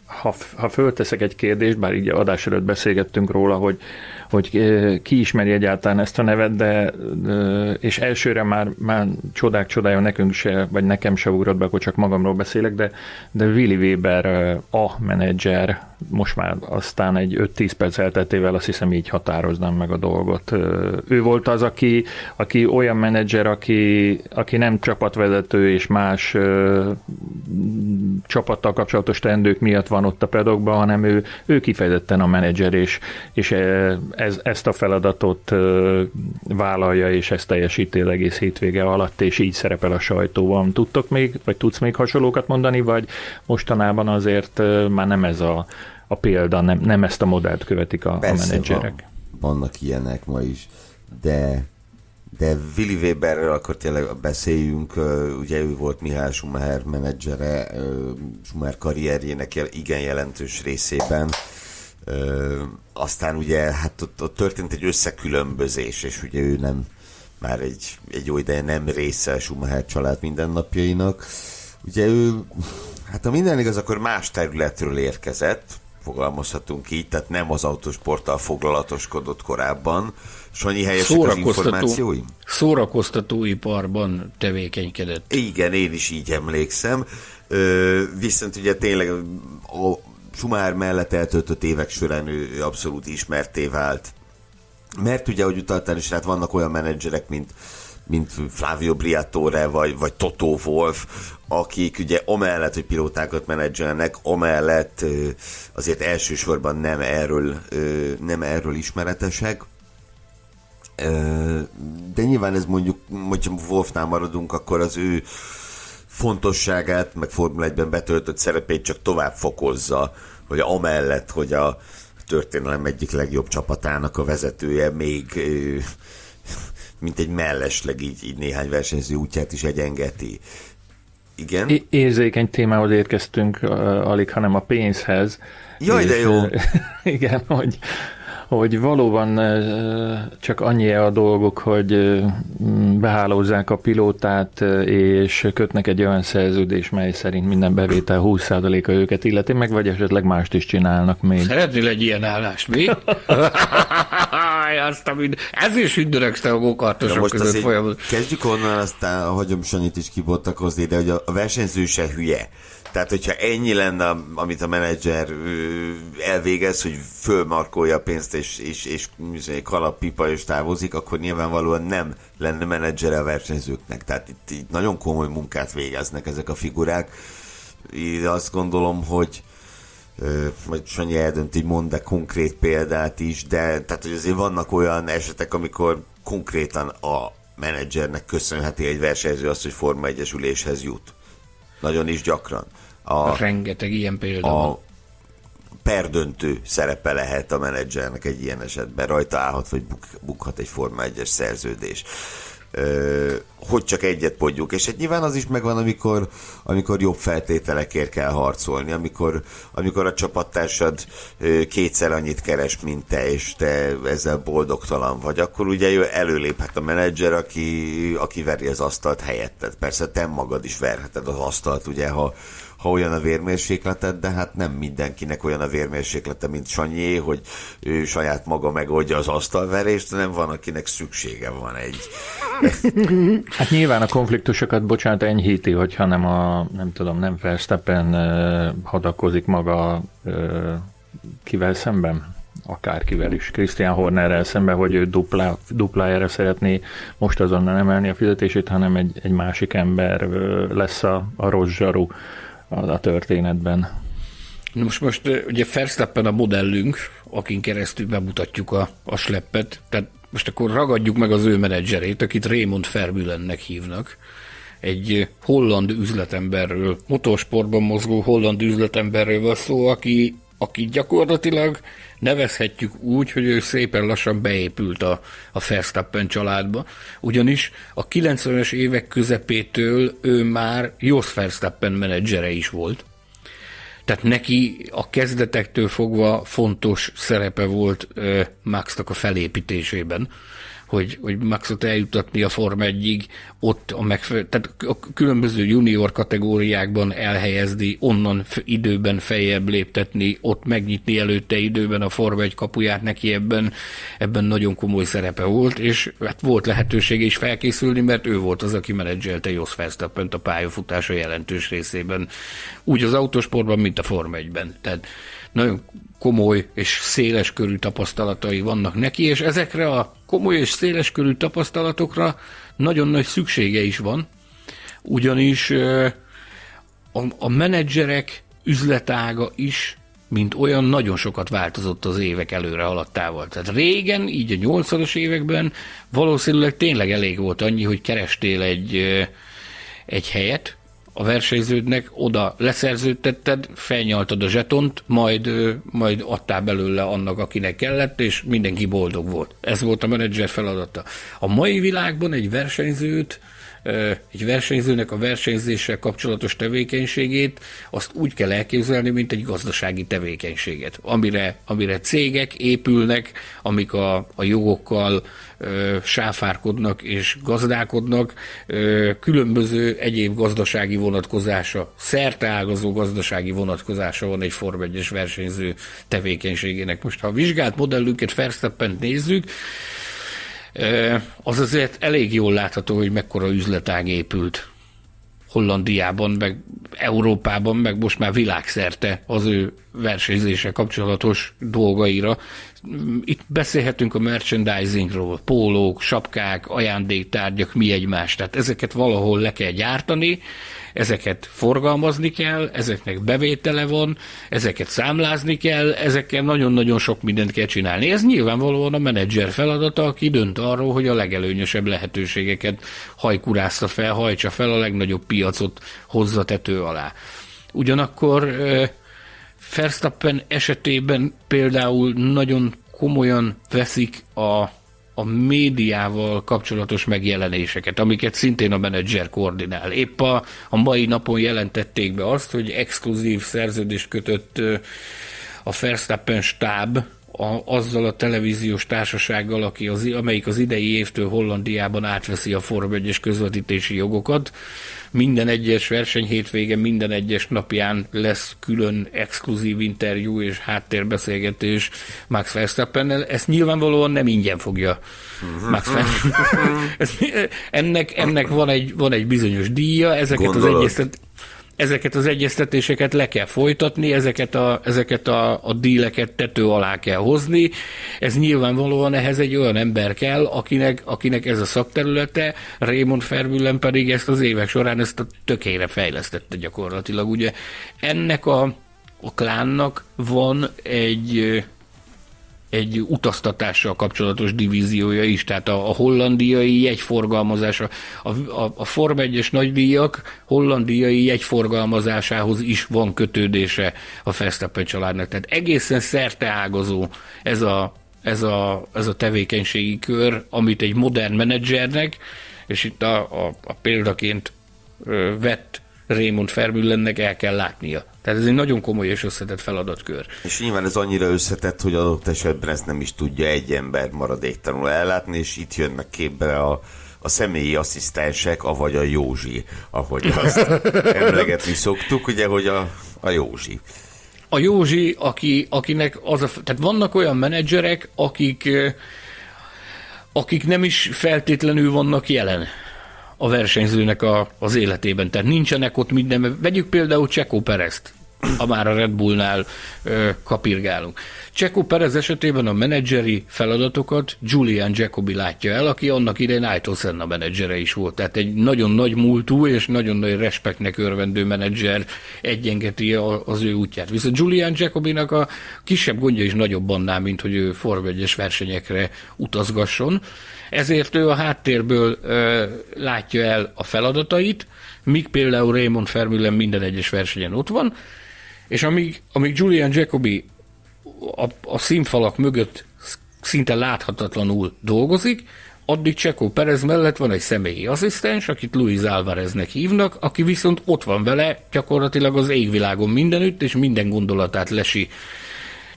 ha fölteszek egy kérdést, bár így adás előtt beszélgettünk róla, hogy ki ismeri egyáltalán ezt a nevet, és elsőre már csodák csodája nekünk se, vagy nekem se ugrott be, akkor csak magamról beszélek, de Willi Weber a menedzser, most már aztán egy 5-10 perc elteltével azt hiszem így határoznám meg a dolgot. Ő volt az, aki olyan menedzser, aki nem csapatvezető és más csapattal kapcsolatos teendők miatt van ott a pedokban, hanem ő kifejezetten a menedzser, és ezt a feladatot vállalja, és ezt teljesíti egész hétvége alatt, és így szerepel a sajtóban. Tudsz még hasonlókat mondani, vagy mostanában azért már nem ez a példa, nem ezt a modellt követik a menedzserek? Vannak ilyenek ma is, de Willi Weberről akkor tényleg beszéljünk, ugye ő volt Mihály Schumacher menedzsere Schumacher karrierjének igen jelentős részében. Aztán ugye hát ott történt egy összekülönbözés, és ugye ő nem már egy jó ideje nem része a Schumacher család mindennapjainak. Ugye ő, hát ha minden igaz, akkor más területről érkezett, fogalmazhatunk így, tehát nem az autósporttal foglalatoskodott korábban. Sanyi, helyesek az információim? Szórakoztatóiparban tevékenykedett. Igen, én is így emlékszem. Viszont ugye tényleg a Schumacher mellett eltöltött évek során ő abszolút ismertté vált. Mert ugye, ahogy utaltál is, hát vannak olyan menedzserek, mint Flavio Briatore, vagy Toto Wolff, akik ugye amellett, hogy pilótákat menedzselnek, amellett azért elsősorban nem erről ismeretesek. De nyilván ez mondjuk, hogyha Wolffnál maradunk, akkor az ő fontosságát, meg Formula 1-ben betöltött szerepét csak tovább fokozza, hogy amellett, hogy a történelem egyik legjobb csapatának a vezetője még mint egy mellesleg így néhány versenyző útját is egyengeti. Igen? Érzékeny témához érkeztünk, alig, hanem a pénzhez. Jaj, de jó! Igen, hogy valóban csak annyi a dolgok, hogy behálózzák a pilótát, és kötnek egy olyan szerződést, mely szerint minden bevétel 20%-a őket illeti, meg vagy esetleg mást is csinálnak még. Szeretnél egy ilyen állást, mi? Ez is ündörögszte a gokartosok között folyamatosan. Kezdjük onnan, aztán hagyom Sanyit is kibontakozni, de hogy a versenyző se hülye. Tehát, hogyha ennyi lenne, amit a menedzser elvégez, hogy fölmarkolja a pénzt, és kalappipa és távozik, akkor nyilvánvalóan nem lenne menedzsere a versenyzőknek. Tehát itt nagyon komoly munkát végeznek ezek a figurák. Én azt gondolom, hogy majd Sanyi eldönti, hogy mond konkrét példát is, de tehát, hogy azért vannak olyan esetek, amikor konkrétan a menedzsernek köszönheti egy versenyző azt, hogy Forma 1-es üléshez jut. Nagyon is gyakran. Rengeteg ilyen példa van. Perdöntő szerepe lehet a menedzsernek egy ilyen esetben. Rajta állhat, vagy bukhat egy Forma 1-es szerződés. Hogy csak egyet mondjuk. És hát nyilván az is megvan, amikor jobb feltételekért kell harcolni, amikor a csapattársad kétszer annyit keres, mint te, és te ezzel boldogtalan vagy, akkor ugye előléphet a menedzser, aki veri az asztalt helyetted. Persze te magad is verheted az asztalt, ugye, ha olyan a vérmérsékleted, de hát nem mindenkinek olyan a vérmérséklete, mint Sanyé, hogy ő saját maga megoldja az asztalverést, hanem van, akinek szüksége van egy. Hát nyilván a konfliktusokat, bocsánat, enyhíti, hogyha nem Verstappen hadakozik maga kivel szemben? Akárkivel is, Christian Hornerrel szemben, hogy ő duplájára szeretné most azonnal emelni a fizetését, hanem egy másik ember lesz a rossz zsaru a történetben. Most ugye Verstappen a modellünk, akin keresztül bemutatjuk a sleppet, tehát most akkor ragadjuk meg az ő menedzserét, akit Raymond Vermeulennek hívnak. Egy holland üzletemberről, motorsportban mozgó holland üzletemberről van szó, aki gyakorlatilag nevezhetjük úgy, hogy ő szépen lassan beépült a Verstappen családba, ugyanis a 90-es évek közepétől ő már Jos Verstappen menedzsere is volt. Tehát neki a kezdetektől fogva fontos szerepe volt Maxnak a felépítésében. hogy Maxot eljutatni a Forma 1-ig, ott tehát a különböző junior kategóriákban elhelyezni, onnan időben feljebb léptetni, ott megnyitni előtte időben a Forma 1 kapuját neki, ebben nagyon komoly szerepe volt, és hát volt lehetősége is felkészülni, mert ő volt az, aki menedzselte Jos Verstappent a pályafutása jelentős részében, úgy az autósportban, mint a Forma 1-ben. Tehát nagyon komoly és széles körű tapasztalatai vannak neki, és ezekre a komoly és széles körű tapasztalatokra nagyon nagy szüksége is van, ugyanis a menedzserek üzletága is, mint olyan, nagyon sokat változott az évek előre haladtával. Tehát régen, így a 80-as években valószínűleg tényleg elég volt annyi, hogy kerestél egy helyet a versenyződnek, oda leszerződtetted, felnyaltad a zsetont, majd adtál belőle annak, akinek kellett, és mindenki boldog volt. Ez volt a menedzser feladata. A mai világban egy versenyzőnek a versenyzéssel kapcsolatos tevékenységét azt úgy kell elképzelni, mint egy gazdasági tevékenységet, amire cégek épülnek, amik a jogokkal sáfárkodnak és gazdálkodnak, különböző egyéb gazdasági vonatkozása, szerteágazó gazdasági vonatkozása van egy Forma 1-es versenyző tevékenységének. Most, ha a vizsgált modellünket, Verstappent nézzük, az azért elég jól látható, hogy mekkora üzletág épült Hollandiában, meg Európában, meg most már világszerte az ő versenyzéssel kapcsolatos dolgaira. Itt beszélhetünk a merchandisingról, pólók, sapkák, ajándéktárgyak, mi egymás. Tehát ezeket valahol le kell gyártani, ezeket forgalmazni kell, ezeknek bevétele van, ezeket számlázni kell, ezekkel nagyon-nagyon sok mindent kell csinálni. Ez nyilvánvalóan a menedzser feladata, aki dönt arról, hogy a legelőnyösebb lehetőségeket hajkurázza fel, hajtsa fel, a legnagyobb piacot hozza tető alá. Ugyanakkor Verstappen esetében például nagyon komolyan veszik a médiával kapcsolatos megjelenéseket, amiket szintén a menedzser koordinál. Épp a mai napon jelentették be azt, hogy exkluzív szerződést kötött a Verstappen stáb azzal a televíziós társasággal, amelyik az idei évtől Hollandiában átveszi a Forma 1-es közvetítési jogokat. Minden egyes versenyhétvégen, minden egyes napján lesz külön exkluzív interjú és háttérbeszélgetés Max Verstappennel. Ezt nyilvánvalóan nem ingyen fogja Max Verstappen. Ennek van egy bizonyos díja, ezeket az egyeztetéseket le kell folytatni, ezeket a díleket tető alá kell hozni. Ez nyilvánvalóan ehhez egy olyan ember kell, akinek ez a szakterülete, Raymond Vermeulen pedig ezt az évek során ezt a tökére fejlesztette gyakorlatilag. Ugye ennek a klánnak van egy utaztatással kapcsolatos divíziója is, tehát a hollandiai jegyforgalmazása, a Forma 1-es nagydíjak hollandiai jegyforgalmazásához is van kötődése a Verstappen családnak. Tehát egészen szerteágazó ez a tevékenységi kör, amit egy modern menedzsernek, és itt a példaként vett Raymond Vermeulennek el kell látnia. Tehát ez egy nagyon komoly és összetett feladatkör. És nyilván ez annyira összetett, hogy adott esetben ezt nem is tudja egy ember maradéktalanul ellátni, és itt jönnek képbe a személyi asszisztensek, avagy a Józsi, ahogy azt emlegetni szoktuk, ugye, hogy a Józsi. A Józsi, akinek tehát vannak olyan menedzserek, akik nem is feltétlenül vannak jelen a versenyzőnek az életében. Tehát nincsenek ott minden. Vegyük például Checo Perezt, ha már a Red Bullnál kapirgálunk. Checo Perez esetében a menedzseri feladatokat Julian Jacobi látja el, aki annak idején Ayrton Senna menedzsere is volt. Tehát egy nagyon nagy múltú és nagyon nagy respektnek örvendő menedzser egyengeti az ő útját. Viszont Julian Jacobinak a kisebb gondja is nagyobb annál, mint hogy ő Forma 1-es versenyekre utazgasson. Ezért ő a háttérből látja el a feladatait, míg például Raymond Vermeulen minden egyes versenyen ott van, és amíg Julian Jacobi a színfalak mögött szinte láthatatlanul dolgozik, addig Checo Perez mellett van egy személyi asszisztens, akit Luis Alvareznek hívnak, aki viszont ott van vele gyakorlatilag az égvilágon mindenütt, és minden gondolatát lesi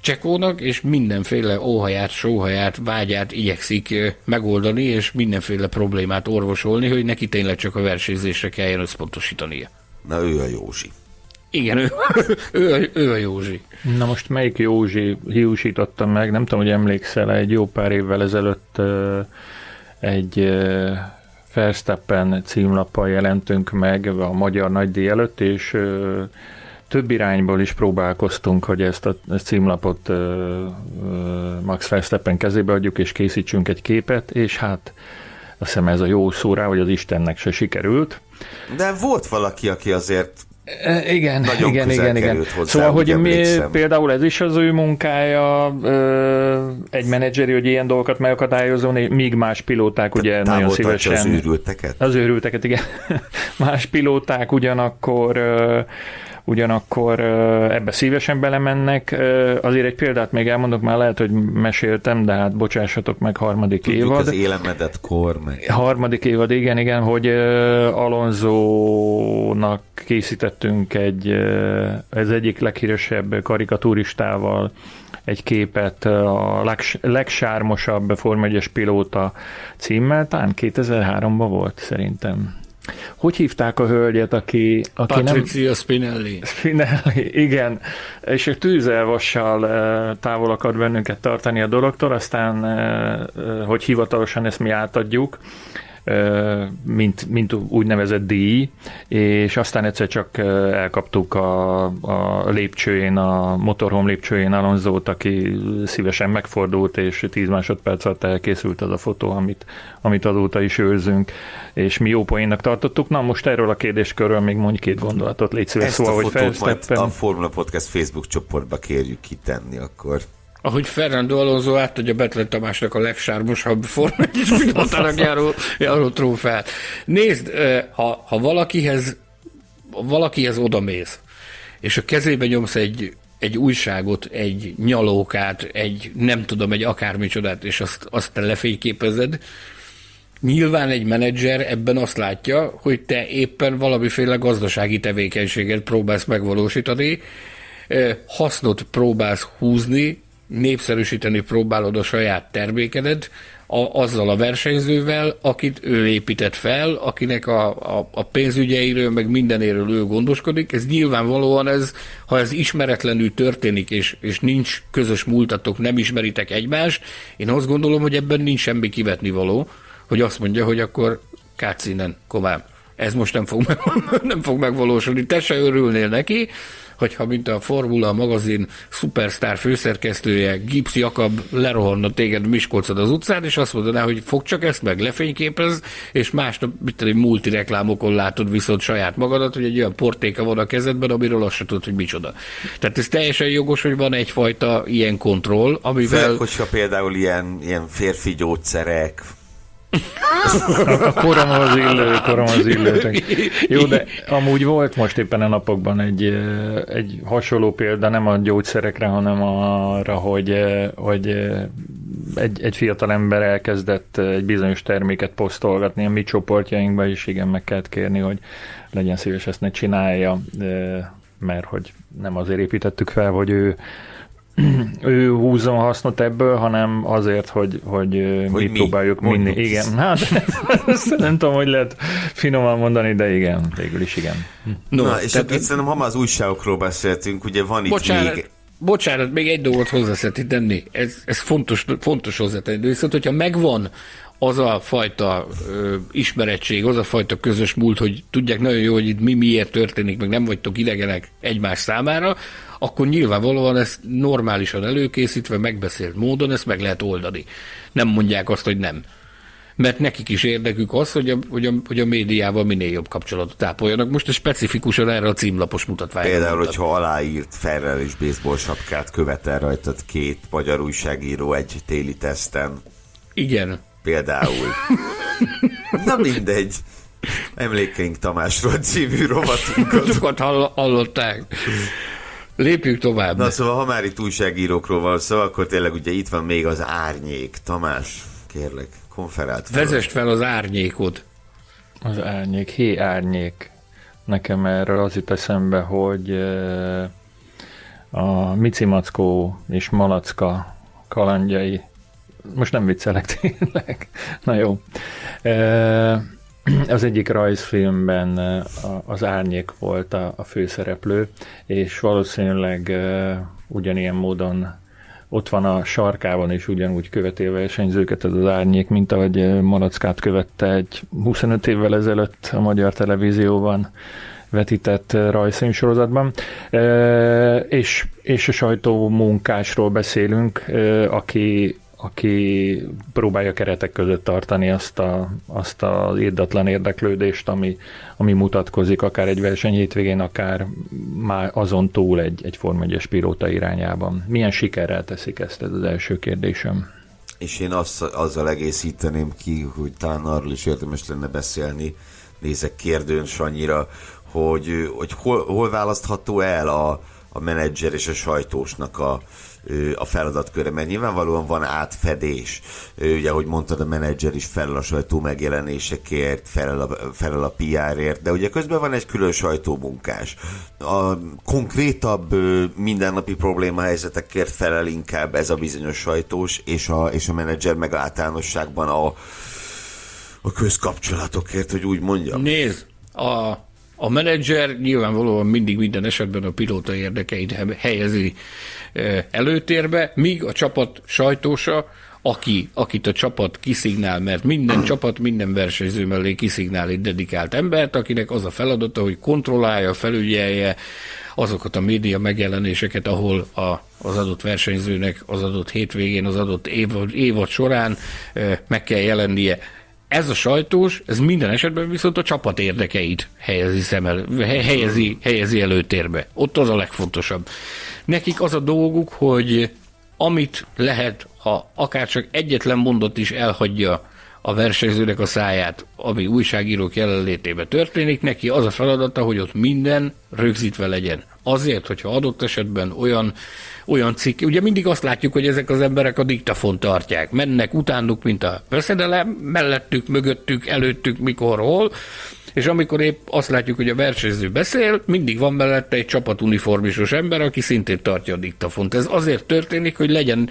Csekónak, és mindenféle óhaját, sóhaját, vágyát igyekszik megoldani, és mindenféle problémát orvosolni, hogy neki tényleg csak a versenyzésre kelljen összpontosítania. Na, ő a Józsi. Igen, ő a Józsi. Na most melyik Józsi hiúsította meg, nem tudom, hogy emlékszel, egy jó pár évvel ezelőtt egy Verstappen címlappal jelentünk meg a magyar nagydíj előtt, és több irányból is próbálkoztunk, hogy ezt a címlapot Max Verstappen kezébe adjuk, és készítsünk egy képet, és hát azt hiszem ez a jó szó rá, hogy az Istennek se sikerült. De volt valaki, aki azért igen. Hozzá, szóval, hogy például ez is az ő munkája, egy menedzseri, hogy ilyen dolgokat megakadályozzon, míg más pilóták ugye nagyon szívesen... az őrülteket? Az őrülteket, igen. Más pilóták ugyanakkor ebbe szívesen belemennek. Azért egy példát még elmondok, már lehet, hogy meséltem, de hát bocsássatok meg, harmadik Tudjuk évad. Az élemedett kor meg. Harmadik évad, igen, hogy Alonsónak készítettünk ez egyik leghíresebb karikaturistával egy képet, a legsármosabb Forma 1-es pilóta címmel, talán 2003-ban volt szerintem. Hogy hívták a hölgyet, aki Patricia Spinelli. Spinelli, igen. És a tűzelvassal távol akar bennünket tartani a dologtól, aztán, hogy hivatalosan ezt mi átadjuk, mint úgynevezett díj, és aztán egyszer csak elkaptuk a lépcsőjén, a motorhome lépcsőjén Alonsót, aki szívesen megfordult, és 10 másodperc alatt elkészült az a fotó, amit azóta is őrzünk, és mi jó poénnak tartottuk. Na, most erről a kérdéskörről még mondj 2 gondolatot, légy szíves. Szóval, hogy Verstappen... a Formula Podcast Facebook csoportba kérjük kitenni akkor. Ahogy Fernando Alonso átadja Betlen Tamásnak a legsármosabb Forma 1-es pilótának járó trófeát. Nézd, ha valakihez odamész, és a kezébe nyomsz egy újságot, egy nyalókát, egy akármicsodát, és azt te lefényképezed, nyilván egy menedzser ebben azt látja, hogy te éppen valamiféle gazdasági tevékenységet próbálsz megvalósítani, hasznot próbálsz húzni, népszerűsíteni próbálod a saját termékedet azzal a versenyzővel, akit ő épített fel, akinek a pénzügyeiről, meg mindenéről ő gondoskodik. Ez nyilvánvalóan, ha ez ismeretlenül történik, és nincs közös múltatok, nem ismeritek egymást, én azt gondolom, hogy ebben nincs semmi kivetnivaló, hogy azt mondja, hogy akkor kátsz innen, komám. Ez most nem fog megvalósulni. Te se örülnél neki, hogyha mint a Formula magazin szupersztár főszerkesztője Gibbs Jakab lerohanna téged Miskolcon az utcán, és azt mondaná, hogy fog csak ezt meg, lefényképez, és másnap multireklámokon látod viszont saját magadat, hogy egy olyan portéka van a kezedben, amiről azt se tudod, hogy micsoda. Tehát ez teljesen jogos, hogy van egyfajta ilyen kontroll, amivel... Főleg, hogyha például ilyen férfi gyógyszerek, a korom az illő. Jó, de amúgy volt most éppen a napokban egy hasonló példa, nem a gyógyszerekre, hanem arra, hogy egy fiatal ember elkezdett egy bizonyos terméket posztolgatni a mi csoportjainkba, és igen, meg kellett kérni, hogy legyen szíves, ezt ne csinálja, mert hogy nem azért építettük fel, hogy ő húzzon hasznot ebből, hanem azért, hogy mi próbáljuk minni. Igen, hát nem tudom, hogy lehet finoman mondani, de igen, végül is igen. No, és itt szerintem, ha már az újságokról beszéltünk, ugye van itt még... Bocsánat, még egy dolgot hozzá szeretnék tenni. Ez fontos hozzátenni. De viszont, hogyha megvan az a fajta ismerettség, az a fajta közös múlt, hogy tudják nagyon jó, hogy itt miért történik, meg nem vagytok idegenek egymás számára, akkor nyilvánvalóan ezt normálisan előkészítve, megbeszélt módon ezt meg lehet oldani. Nem mondják azt, hogy nem. Mert nekik is érdekük az, hogy a médiával minél jobb kapcsolatot ápoljanak. Most specifikusan erre a címlapos mutatványra. Például, hogyha aláírt Ferrel és baseball sapkát követel rajtad 2 magyar újságíró egy téli teszten. Igen. Például. Na mindegy. Emlékeink Tamásról című rovatunkat. Sokat hallották. Lépjük tovább. Na szóval, ha már itt újságírókról van szó, akkor tényleg ugye itt van még az árnyék. Tamás, kérlek, konferált fel. Vezest fel az árnyékot. Az árnyék, árnyék. Nekem erről az jut eszembe, hogy a Mici Mackó és Malacka kalandjai. Most nem viccelek tényleg. Na jó. Az egyik rajzfilmben az Árnyék volt a főszereplő, és valószínűleg ugyanilyen módon ott van a sarkában, és ugyanúgy követi a versenyzőket ez az Árnyék, mint ahogy Malackát követte egy 25 évvel ezelőtt a magyar televízióban vetített rajzfilmsorozatban. És a sajtómunkásról beszélünk, aki próbálja keretek között tartani azt az irdatlan érdeklődést, ami mutatkozik akár egy verseny hétvégén, akár már azon túl egy Forma 1-es pilóta irányában. Milyen sikerrel teszik ezt, ez az első kérdésem. És én azzal egészíteném ki, hogy talán arról is érdemes lenne beszélni, nézek kérdőn Sanyira, hogy hol választható el a menedzser és a sajtósnak a feladatköre, mert nyilvánvalóan van átfedés. Ugye, ahogy mondtad, a menedzser is felel a sajtó megjelenésekért, felel a PR-ért, de ugye közben van egy külön sajtómunkás. A konkrétabb mindennapi problémahelyzetekért felel inkább ez a bizonyos sajtós, és a menedzser meg általánosságban a közkapcsolatokért, hogy úgy mondjam. Nézd, a menedzser nyilvánvalóan mindig minden esetben a pilóta érdekeit helyezi előtérbe, míg a csapat sajtósa, akit a csapat kiszignál, mert minden csapat, minden versenyző mellé kiszignál egy dedikált embert, akinek az a feladata, hogy kontrollálja, felügyelje azokat a média megjelenéseket, ahol az adott versenyzőnek az adott hétvégén, az adott évad során meg kell jelennie. Ez a sajtós, ez minden esetben viszont a csapat érdekeit helyezi előtérbe. Ott az a legfontosabb. Nekik az a dolguk, hogy amit lehet, ha akár csak egyetlen mondat is elhagyja a versenyzőnek a száját, ami újságírók jelenlétében történik, neki az a feladata, hogy ott minden rögzítve legyen. Azért, hogyha adott esetben olyan cikk, ugye mindig azt látjuk, hogy ezek az emberek a diktafont tartják, mennek utánuk, mint a veszedelem, mellettük, mögöttük, előttük, mikor, hol, és amikor épp azt látjuk, hogy a versenyző beszél, mindig van mellette egy csapatuniformisos ember, aki szintén tartja a diktafont. Ez azért történik, hogy legyen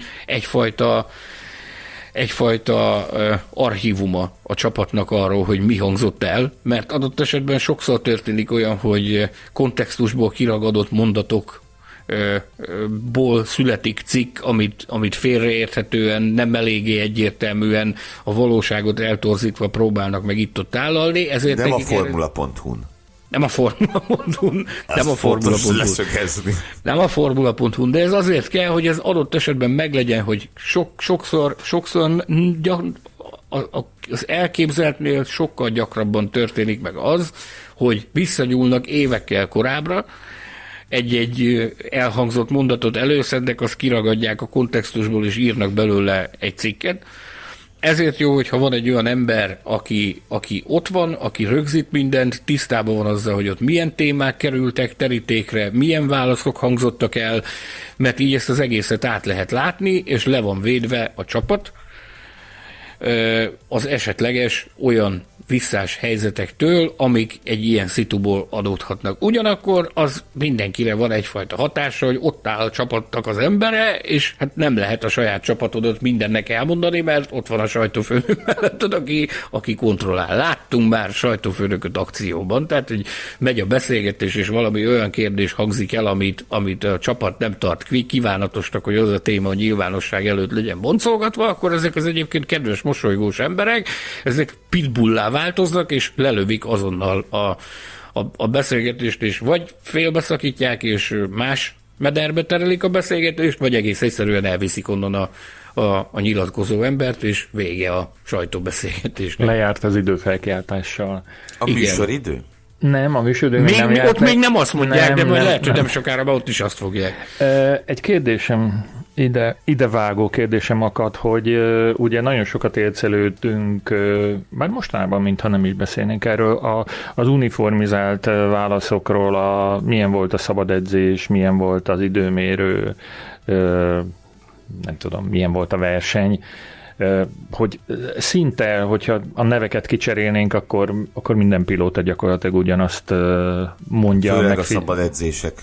egyfajta archívuma a csapatnak arról, hogy mi hangzott el, mert adott esetben sokszor történik olyan, hogy kontextusból kiragadott mondatokból születik cikk, amit félreérthetően, nem eléggé egyértelműen a valóságot eltorzítva próbálnak meg itt-ott állalni. Ezért nem a Formula.hu-n. Nem a Formula.hu-n. Nem a Formula.hu-n, de ez azért kell, hogy ez adott esetben meglegyen, hogy sokszor az elképzeltnél sokkal gyakrabban történik meg az, hogy visszanyúlnak évekkel korábbra, egy elhangzott mondatot előszednek, azt kiragadják a kontextusból, és írnak belőle egy cikket. Ezért jó, hogyha van egy olyan ember, aki ott van, aki rögzít mindent, tisztában van azzal, hogy ott milyen témák kerültek terítékre, milyen válaszok hangzottak el, mert így ezt az egészet át lehet látni, és le van védve a csapat az esetleges olyan visszás helyzetektől, amik egy ilyen szituból adódhatnak. Ugyanakkor az mindenkire van egyfajta hatása, hogy ott áll a csapatnak az embere, és hát nem lehet a saját csapatodat mindennek elmondani, mert ott van a sajtófőnök melletted, aki kontrollál. Láttunk már sajtófőnököt akcióban, tehát hogy megy a beszélgetés, és valami olyan kérdés hangzik el, amit a csapat nem tart kívánatosnak, hogy az a téma a nyilvánosság előtt legyen boncolgatva, akkor ezek az egyébként kedves, mosolygós emberek, ezek pitbullá változnak, és lelövik azonnal a beszélgetést, és vagy félbeszakítják, és más mederbe terelik a beszélgetést, vagy egész egyszerűen elviszik onnan a nyilatkozó embert, és vége a sajtóbeszélgetésnek. Lejárt az időfelkiáltással. A műsoridő? Nem, a műsoridő még nem járt. Ott még nem azt mondják, de majd lehet, hogy nem sokára, ott is azt fogják. Egy kérdésem, idevágó kérdésem akad, hogy ugye nagyon sokat élcelődünk, már mostanában, mintha nem is beszélnénk erről, az uniformizált válaszokról, milyen volt a szabad edzés, milyen volt az időmérő, nem tudom, milyen volt a verseny, hogy szinte, hogyha a neveket kicserélnénk, akkor minden pilóta gyakorlatilag ugyanazt mondja. Főleg a szabad edzésekről.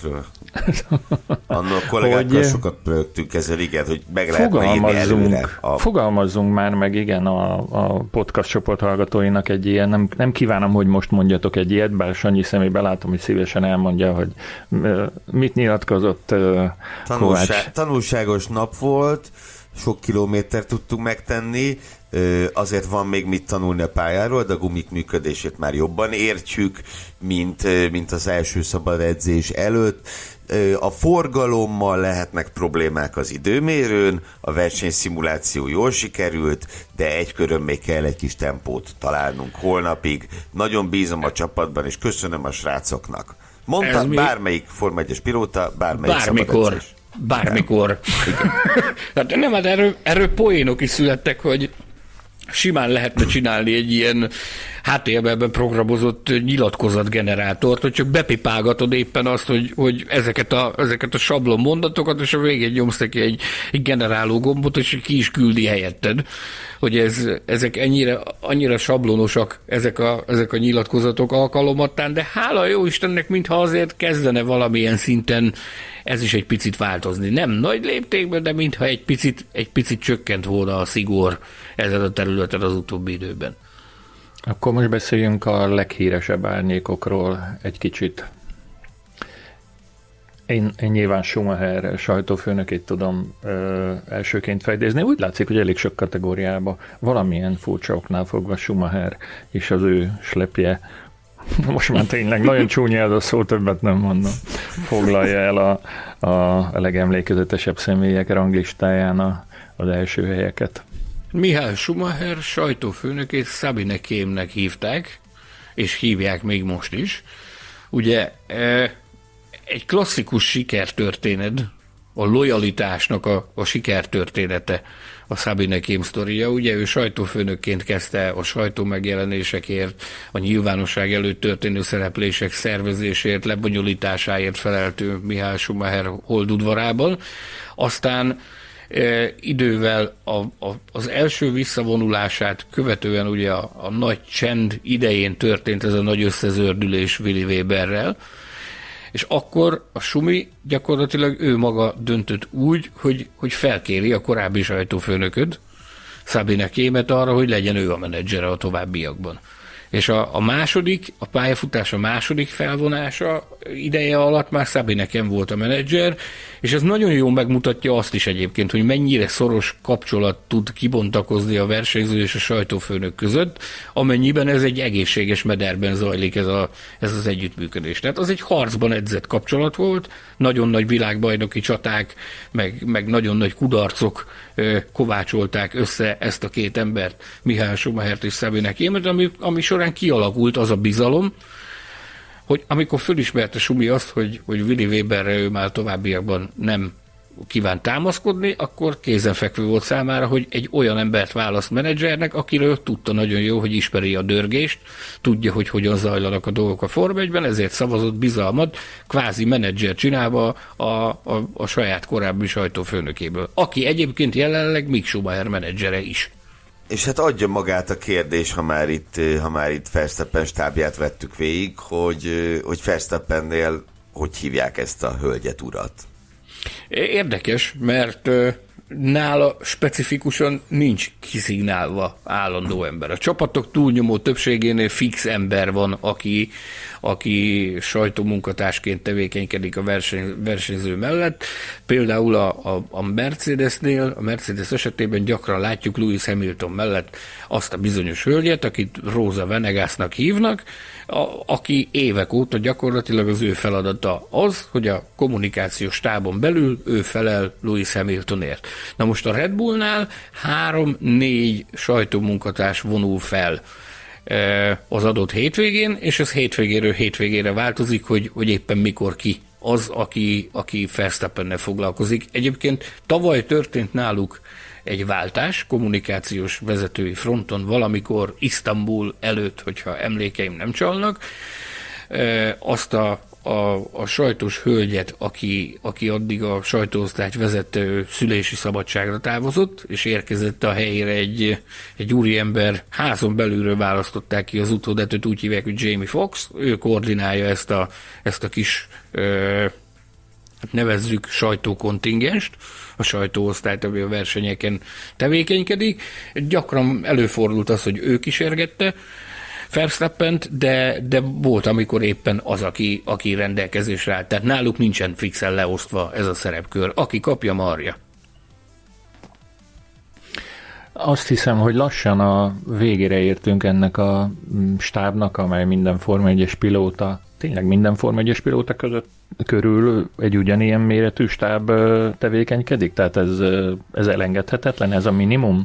Annak kollégákkal sokat rögtünk ezzel, igen, hogy meg lehetne írni előre. Fogalmazzunk már meg, igen, a podcast csoport hallgatóinak egy ilyen, nem kívánom, hogy most mondjatok egy ilyet, bár Sanyi szemébe látom, hogy szívesen elmondja, hogy mit nyilatkozott Kovács. Tanulságos nap volt, sok kilométert tudtunk megtenni, azért van még mit tanulni a pályáról, de a gumik működését már jobban értjük, mint az első szabad edzés előtt. A forgalommal lehetnek problémák az időmérőn, a versenyszimuláció jól sikerült, de egy körön még kell egy kis tempót találnunk holnapig. Nagyon bízom a csapatban, és köszönöm a srácoknak. Mondtam, bármelyik Forma 1-es pilóta, bármelyik szabad edzés. Bármikor. Hát nem, hát erről poénok is születtek, hogy simán lehetne csinálni egy ilyen HTML-ben programozott nyilatkozatgenerátort, hogy csak bepipálgatod éppen azt, hogy ezeket a sablon mondatokat, és a végén nyomsz neki egy generáló gombot, és ki is küldi helyetted. Hogy ezek annyira sablonosak ezek a nyilatkozatok alkalomattán, de hála jó Istennek, mintha azért kezdene valamilyen szinten ez is egy picit változni. Nem nagy léptékben, de mintha egy picit csökkent volna a szigor ezen a területen az utóbbi időben. Akkor most beszéljünk a leghíresebb árnyékokról egy kicsit. Én nyilván Schumacher sajtófőnökét tudom elsőként felidézni. Úgy látszik, hogy elég sok kategóriában valamilyen furcsa oknál fogva Schumacher és az ő slepje, most már tényleg nagyon csúnya ez a szó, többet nem mondom, foglalja el a legemlékezetesebb személyek ranglistáján az első helyeket. Mihály Schumacher sajtófőnökét Sabine Keimnek hívták, és hívják még most is. Ugye egy klasszikus sikertörténet, a lojalitásnak a sikertörténete a Sabine Keim sztoria. Ugye ő sajtófőnökként kezdte a sajtó megjelenésekért, a nyilvánosság előtt történő szereplések szervezésért, lebonyolításáért feleltő Mihály Schumacher holdudvarában. Aztán idővel az első visszavonulását követően ugye a nagy csend idején történt ez a nagy összezördülés Willi Weberrel, és akkor a Sumi gyakorlatilag ő maga döntött úgy, hogy felkéri a korábbi sajtófőnököt, Sabine Keimet arra, hogy legyen ő a menedzsere a továbbiakban. És a pályafutás második felvonása ideje alatt már Sabine Keim volt a menedzser, és ez nagyon jól megmutatja azt is egyébként, hogy mennyire szoros kapcsolat tud kibontakozni a versenyző és a sajtófőnök között, amennyiben ez egy egészséges mederben zajlik ez az együttműködés. Tehát az egy harcban edzett kapcsolat volt, nagyon nagy világbajnoki csaták, meg nagyon nagy kudarcok kovácsolták össze ezt a két embert, Mihály Schumachert és Sabine Keimet, ami során kialakult az a bizalom, hogy amikor fölismerte Sumi azt, hogy Willi Weberre ő már továbbiakban nem kíván támaszkodni, akkor kézenfekvő volt számára, hogy egy olyan embert választ menedzsernek, akiről tudta nagyon jó, hogy ismeri a dörgést, tudja, hogy hogyan zajlanak a dolgok a Forma 1-ben, ezért szavazott bizalmat, kvázi menedzser csinálva a saját korábbi sajtófőnökéből, aki egyébként jelenleg Mick Schumacher menedzsere is. És hát adja magát a kérdés, ha már itt Verstappen stábját vettük végig, hogy Verstappennél hogy hívják ezt a hölgyet, urat? Érdekes, mert nála specifikusan nincs kiszignálva állandó ember. A csapatok túlnyomó többségénél fix ember van, aki sajtómunkatársként tevékenykedik a versenyző mellett. Például a Mercedesnél, a Mercedes esetében gyakran látjuk Lewis Hamilton mellett azt a bizonyos hölgyet, akit Rosa Venegasnak hívnak, aki évek óta gyakorlatilag az ő feladata az, hogy a kommunikációs stábon belül ő felel Lewis Hamiltonért. Na most a Red Bullnál 3-4 sajtómunkatárs vonul fel az adott hétvégén, és ez hétvégéről hétvégére változik, hogy éppen mikor ki az, aki Verstappennel foglalkozik. Egyébként tavaly történt náluk egy váltás kommunikációs vezetői fronton valamikor Isztambul előtt, hogyha emlékeim nem csalnak. Azt a sajtós hölgyet, aki addig a sajtóosztályt vezette, szülési szabadságra távozott, és érkezett a helyére egy úriember, házon belülről választották ki az utódát, úgy hívják, hogy Jamie Foxx, ő koordinálja ezt a kis hát nevezzük sajtókontingenst, a sajtóosztályt, ami a versenyeken tevékenykedik. Gyakran előfordult az, hogy ő kísérgette Verstappent, de volt, amikor éppen az, aki rendelkezésre állt. Tehát náluk nincsen fixen leosztva ez a szerepkör. Aki kapja, marja. Azt hiszem, hogy lassan a végére értünk ennek a stábnak, amely minden Forma 1-es pilóta, tényleg minden Forma 1-es pilóta körül egy ugyanilyen méretű stáb tevékenykedik? Tehát ez elengedhetetlen, ez a minimum?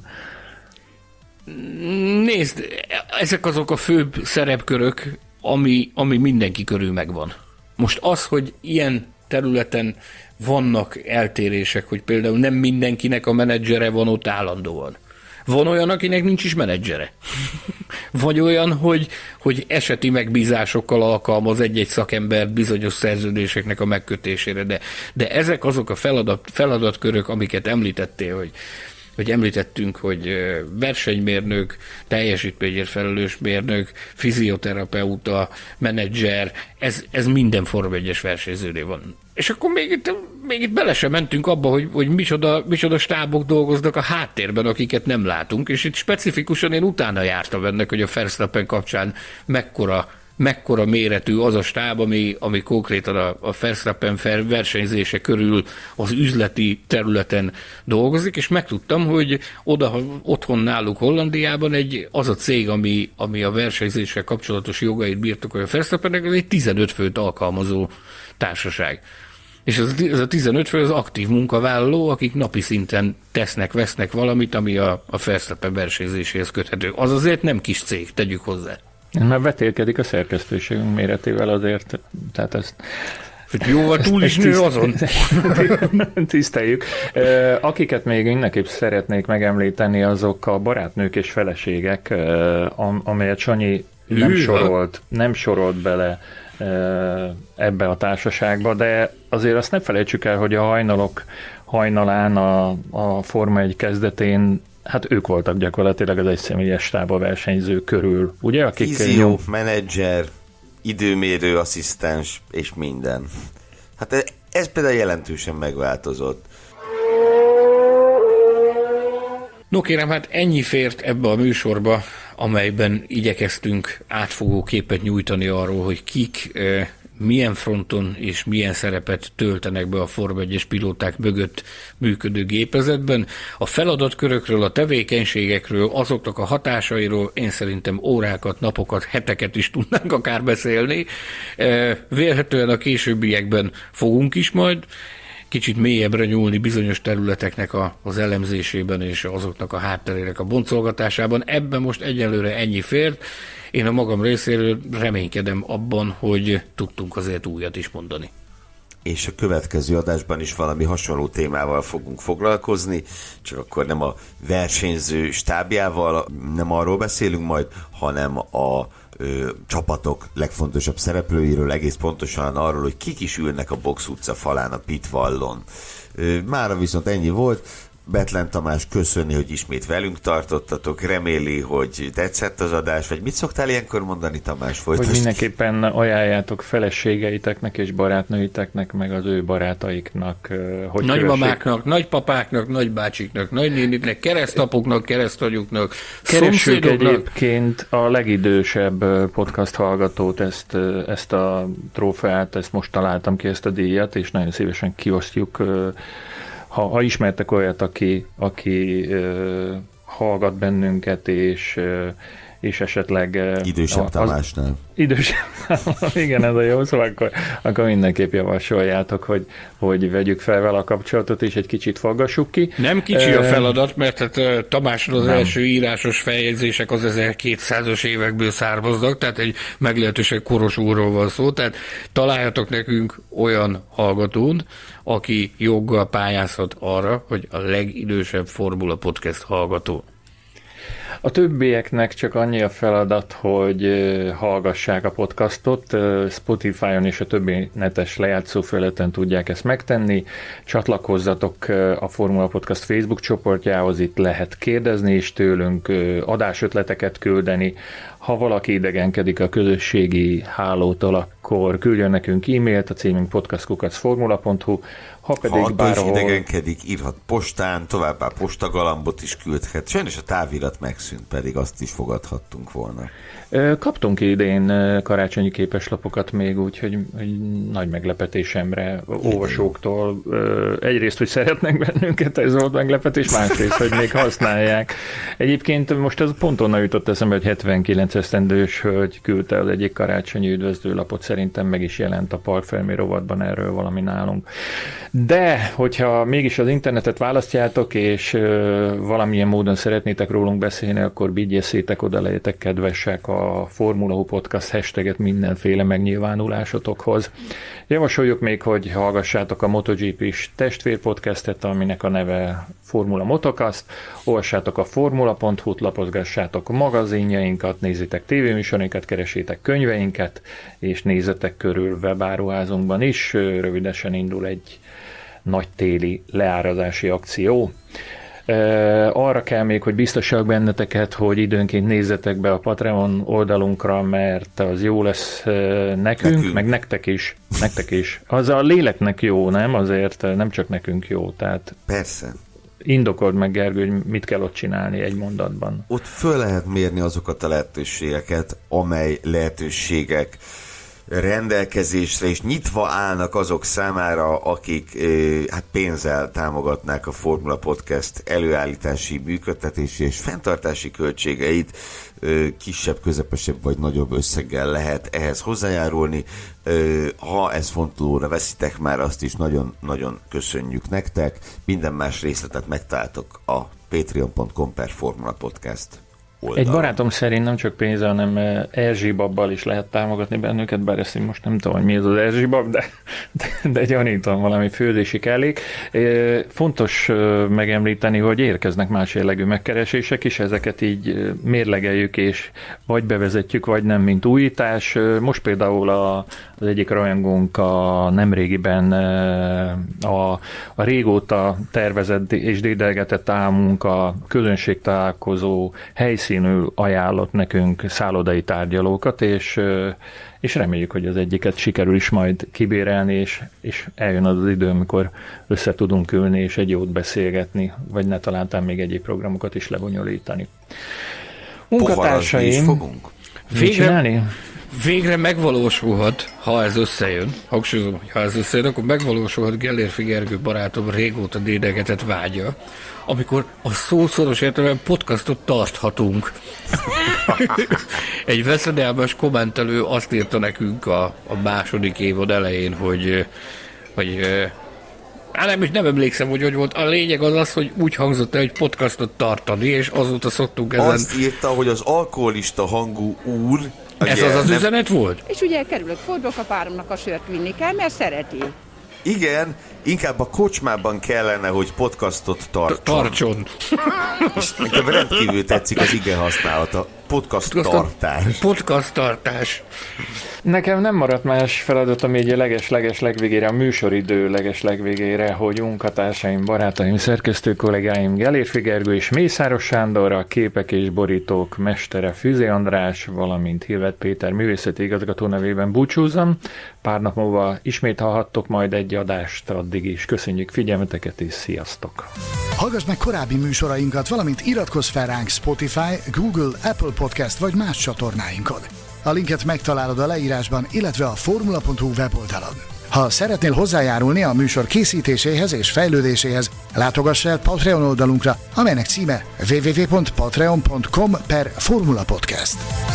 Nézd, ezek azok a főbb szerepkörök, ami mindenki körül megvan. Most az, hogy ilyen területen vannak eltérések, hogy például nem mindenkinek a menedzsere van ott állandóan. Van olyan, akinek nincs is menedzsere. Vagy olyan, hogy eseti megbízásokkal alkalmaz egy-egy szakembert bizonyos szerződéseknek a megkötésére, de ezek azok a feladatkörök, amiket említettél, hogy említettünk, hogy versenymérnök, teljesítményért felelős mérnök, fizioterapeuta, menedzser, ez minden Forma 1-es versenyzőnél van. És akkor még itt bele sem mentünk abba, hogy micsoda stábok dolgoznak a háttérben, akiket nem látunk, és itt specifikusan én utána jártam ennek, hogy a Verstappen kapcsán mekkora méretű az a stáb, ami konkrétan a Verstappen versenyzése körül az üzleti területen dolgozik, és megtudtam, hogy otthon náluk Hollandiában az a cég, ami a versenyzéssel kapcsolatos jogait birtokolja a Verstappennek, az egy 15 főt alkalmazó társaság. És ez a 15 fő az aktív munkavállaló, akik napi szinten vesznek valamit, ami a Verstappen versenyzéséhez köthető. Az azért nem kis cég, tegyük hozzá. Mert vetélkedik a szerkesztőségünk méretével azért, tehát ezt... Jóval túl is nő azon. Tiszteljük. Akiket még mindenképp szeretnék megemlíteni, azok a barátnők és feleségek, amelyet Sanyi nem sorolt bele ebbe a társaságba, de azért azt ne felejtsük el, hogy a hajnalok hajnalán a Forma 1 kezdetén hát ők voltak gyakorlatilag az egyszemélyes stáb a versenyző körül, ugye? Fizió, menedzser, időmérő, asszisztens és minden. Hát ez például jelentősen megváltozott. No kérem, hát ennyi fért ebbe a műsorba, amelyben igyekeztünk átfogó képet nyújtani arról, hogy kik milyen fronton és milyen szerepet töltenek be a Forma 1-es pilóták mögött működő gépezetben. A feladatkörökről, a tevékenységekről, azoknak a hatásairól én szerintem órákat, napokat, heteket is tudnánk akár beszélni. Vélhetően a későbbiekben fogunk is majd kicsit mélyebbre nyúlni bizonyos területeknek az elemzésében és azoknak a hátterének a boncolgatásában. Ebben most egyelőre ennyi fért. Én a magam részéről reménykedem abban, hogy tudtunk azért újat is mondani. És a következő adásban is valami hasonló témával fogunk foglalkozni, csak akkor nem a versenyző stábjával, nem arról beszélünk majd, hanem a csapatok legfontosabb szereplőiről, egész pontosan arról, hogy kik is ülnek a Box utca falán, a pitvallon. Mára viszont ennyi volt. Betlen Tamás köszöni, hogy ismét velünk tartottatok, reméli, hogy tetszett az adás, vagy mit szoktál ilyenkor mondani, Tamás? Hogy mindenképpen ajánljátok feleségeiteknek és barátnőiteknek, meg az ő barátaiknak. Hogy nagymamáknak, nagypapáknak, nagybácsiknak, nagynéniknek, keresztapoknak, keresztanyuknak, keressük egyébként a legidősebb podcast hallgatót, ezt a trófeát, ezt most találtam ki, ezt a díjat, és nagyon szívesen kiosztjuk. Ha ismertek olyat, aki hallgat bennünket, és esetleg... Idősebb Tamásnál. Idősebb, igen, ez a jó, szóval akkor mindenképp javasoljátok, hogy vegyük fel vele a kapcsolatot, és egy kicsit faggassuk ki. Nem kicsi a feladat, mert hát Tamásról az első írásos feljegyzések az 1200-as évekből származnak, tehát egy meglehetősen koros úrról van szó, tehát találjatok nekünk olyan hallgatót, aki joggal pályázhat arra, hogy a legidősebb Formula Podcast hallgató. A többieknek csak annyi a feladat, hogy hallgassák a podcastot, Spotify-on és a többi netes lejátszófelületen tudják ezt megtenni. Csatlakozzatok a Formula Podcast Facebook csoportjához, itt lehet kérdezni és tőlünk, adásötleteket küldeni. Ha valaki idegenkedik a közösségi hálótól, akkor küldjön nekünk e-mailt, a címünk podcast@formula.hu. Ha bárhol idegenkedik, írhat postán, továbbá postagalambot is küldhet. Sajnos a távirat megszűnt, pedig azt is fogadhattunk volna. Kaptunk idén karácsonyi képeslapokat még, úgyhogy nagy meglepetésemre olvasóktól. Egyrészt, hogy szeretnek bennünket, ez volt meglepetés, másrészt, hogy még használják. Egyébként most ez pont onnan jutott eszembe, hogy 79 esztendős hölgy küldte az egyik karácsonyi üdvözlőlapot, szerintem meg is jelent a Parkfelmi rovatban erről valami nálunk. De, hogyha mégis az internetet választjátok, és valamilyen módon szeretnétek rólunk beszélni, akkor vigyészétek oda, legyetek kedvesek a Formula U Podcast hashtaget mindenféle megnyilvánulásotokhoz. Javasoljuk még, hogy hallgassátok a MotoGP-s testvérpodcastet, aminek a neve Formula Motocast, olvassátok a formula.hu-t, lapozgassátok a magazinjainkat, nézzétek tévéműsorainkat, keresétek könyveinket, és nézzetek körül webáruházunkban is. Rövidesen indul egy nagy téli leárazási akció. Arra kell még, hogy biztosak benneteket, hogy időnként nézzetek be a Patreon oldalunkra, mert az jó lesz nekünk, meg nektek is. Nektek is. Az a léleknek jó, nem? Azért nem csak nekünk jó. Tehát persze. Indokold meg, Gergő, hogy mit kell ott csinálni egy mondatban. Ott föl lehet mérni azokat a lehetőségeket, amely lehetőségek rendelkezésre és nyitva állnak azok számára, akik hát pénzzel támogatnák a Formula Podcast előállítási, működtetési és fenntartási költségeit. Kisebb, közepesebb vagy nagyobb összeggel lehet ehhez hozzájárulni. Ha ez fontolóra veszitek, már azt is nagyon-nagyon köszönjük nektek. Minden más részletet megtaláltok a patreon.com/Formula Podcast oldalon. Egy barátom szerint nem csak pénzzel, hanem erzsibabbal is lehet támogatni bennünket, bár ezt én most nem tudom, hogy mi ez az erzsibab, de gyanítom, valami főzési kellék. Fontos megemlíteni, hogy érkeznek más jellegű megkeresések is, ezeket így mérlegeljük, és vagy bevezetjük, vagy nem, mint újítás. Most például az egyik rajongónk a nemrégiben a régóta tervezett és dédelgetett álmunk a közönség találkozó helyszínű ajánlott nekünk szállodai tárgyalókat, és reméljük, hogy az egyiket sikerül is majd kibérelni, és eljön az idő, amikor össze tudunk ülni, és egy jót beszélgetni, vagy ne találtán még egyéb programokat is lebonyolítani. Munkatársaim, fogunk. Végre megvalósulhat, ha ez összejön, hangsúlyozom, hogy ha ez összejön, akkor megvalósulhat Gellérfi Gergő barátom régóta dédelgetett vágya, amikor a szószoros értelemben podcastot tarthatunk. Egy veszedelmes kommentelő azt írta nekünk a második évad elején, hogy nem emlékszem, hogy volt. A lényeg az, hogy úgy hangzott el, hogy podcastot tartani, és azóta szoktunk ezen... Azt írta, hogy az alkoholista hangú úr... Ez az üzenet volt? És ugye kerülök, fordulok, a páromnak a sört vinni kell, mert szereti. Igen, inkább a kocsmában kellene, hogy podcastot tartson. És nekem rendkívül tetszik az ige használata. Podcast tartás. Nekem nem maradt más feladatom így a leges legvégére, a műsoridő legvégére, hogy munkatársaim, barátaim, szerkesztő kollégáim Gellérfi Gergő és Mészáros Sándor, a képek és borítók mestere Füzé András, valamint Hilvet Péter művészeti igazgató nevében búcsúzom. Pár nap múlva ismét hallhattok majd egy adást, addig is köszönjük figyelmeteket, és sziasztok! Hallgass meg korábbi műsorainkat, valamint iratkozz fel ránk Spotify, Google, Apple Podcast vagy más csatornáinkon. A linket megtalálod a leírásban, illetve a formula.hu weboldalon. Ha szeretnél hozzájárulni a műsor készítéséhez és fejlődéséhez, látogass el Patreon oldalunkra, amelynek címe www.patreon.com/Formula Podcast.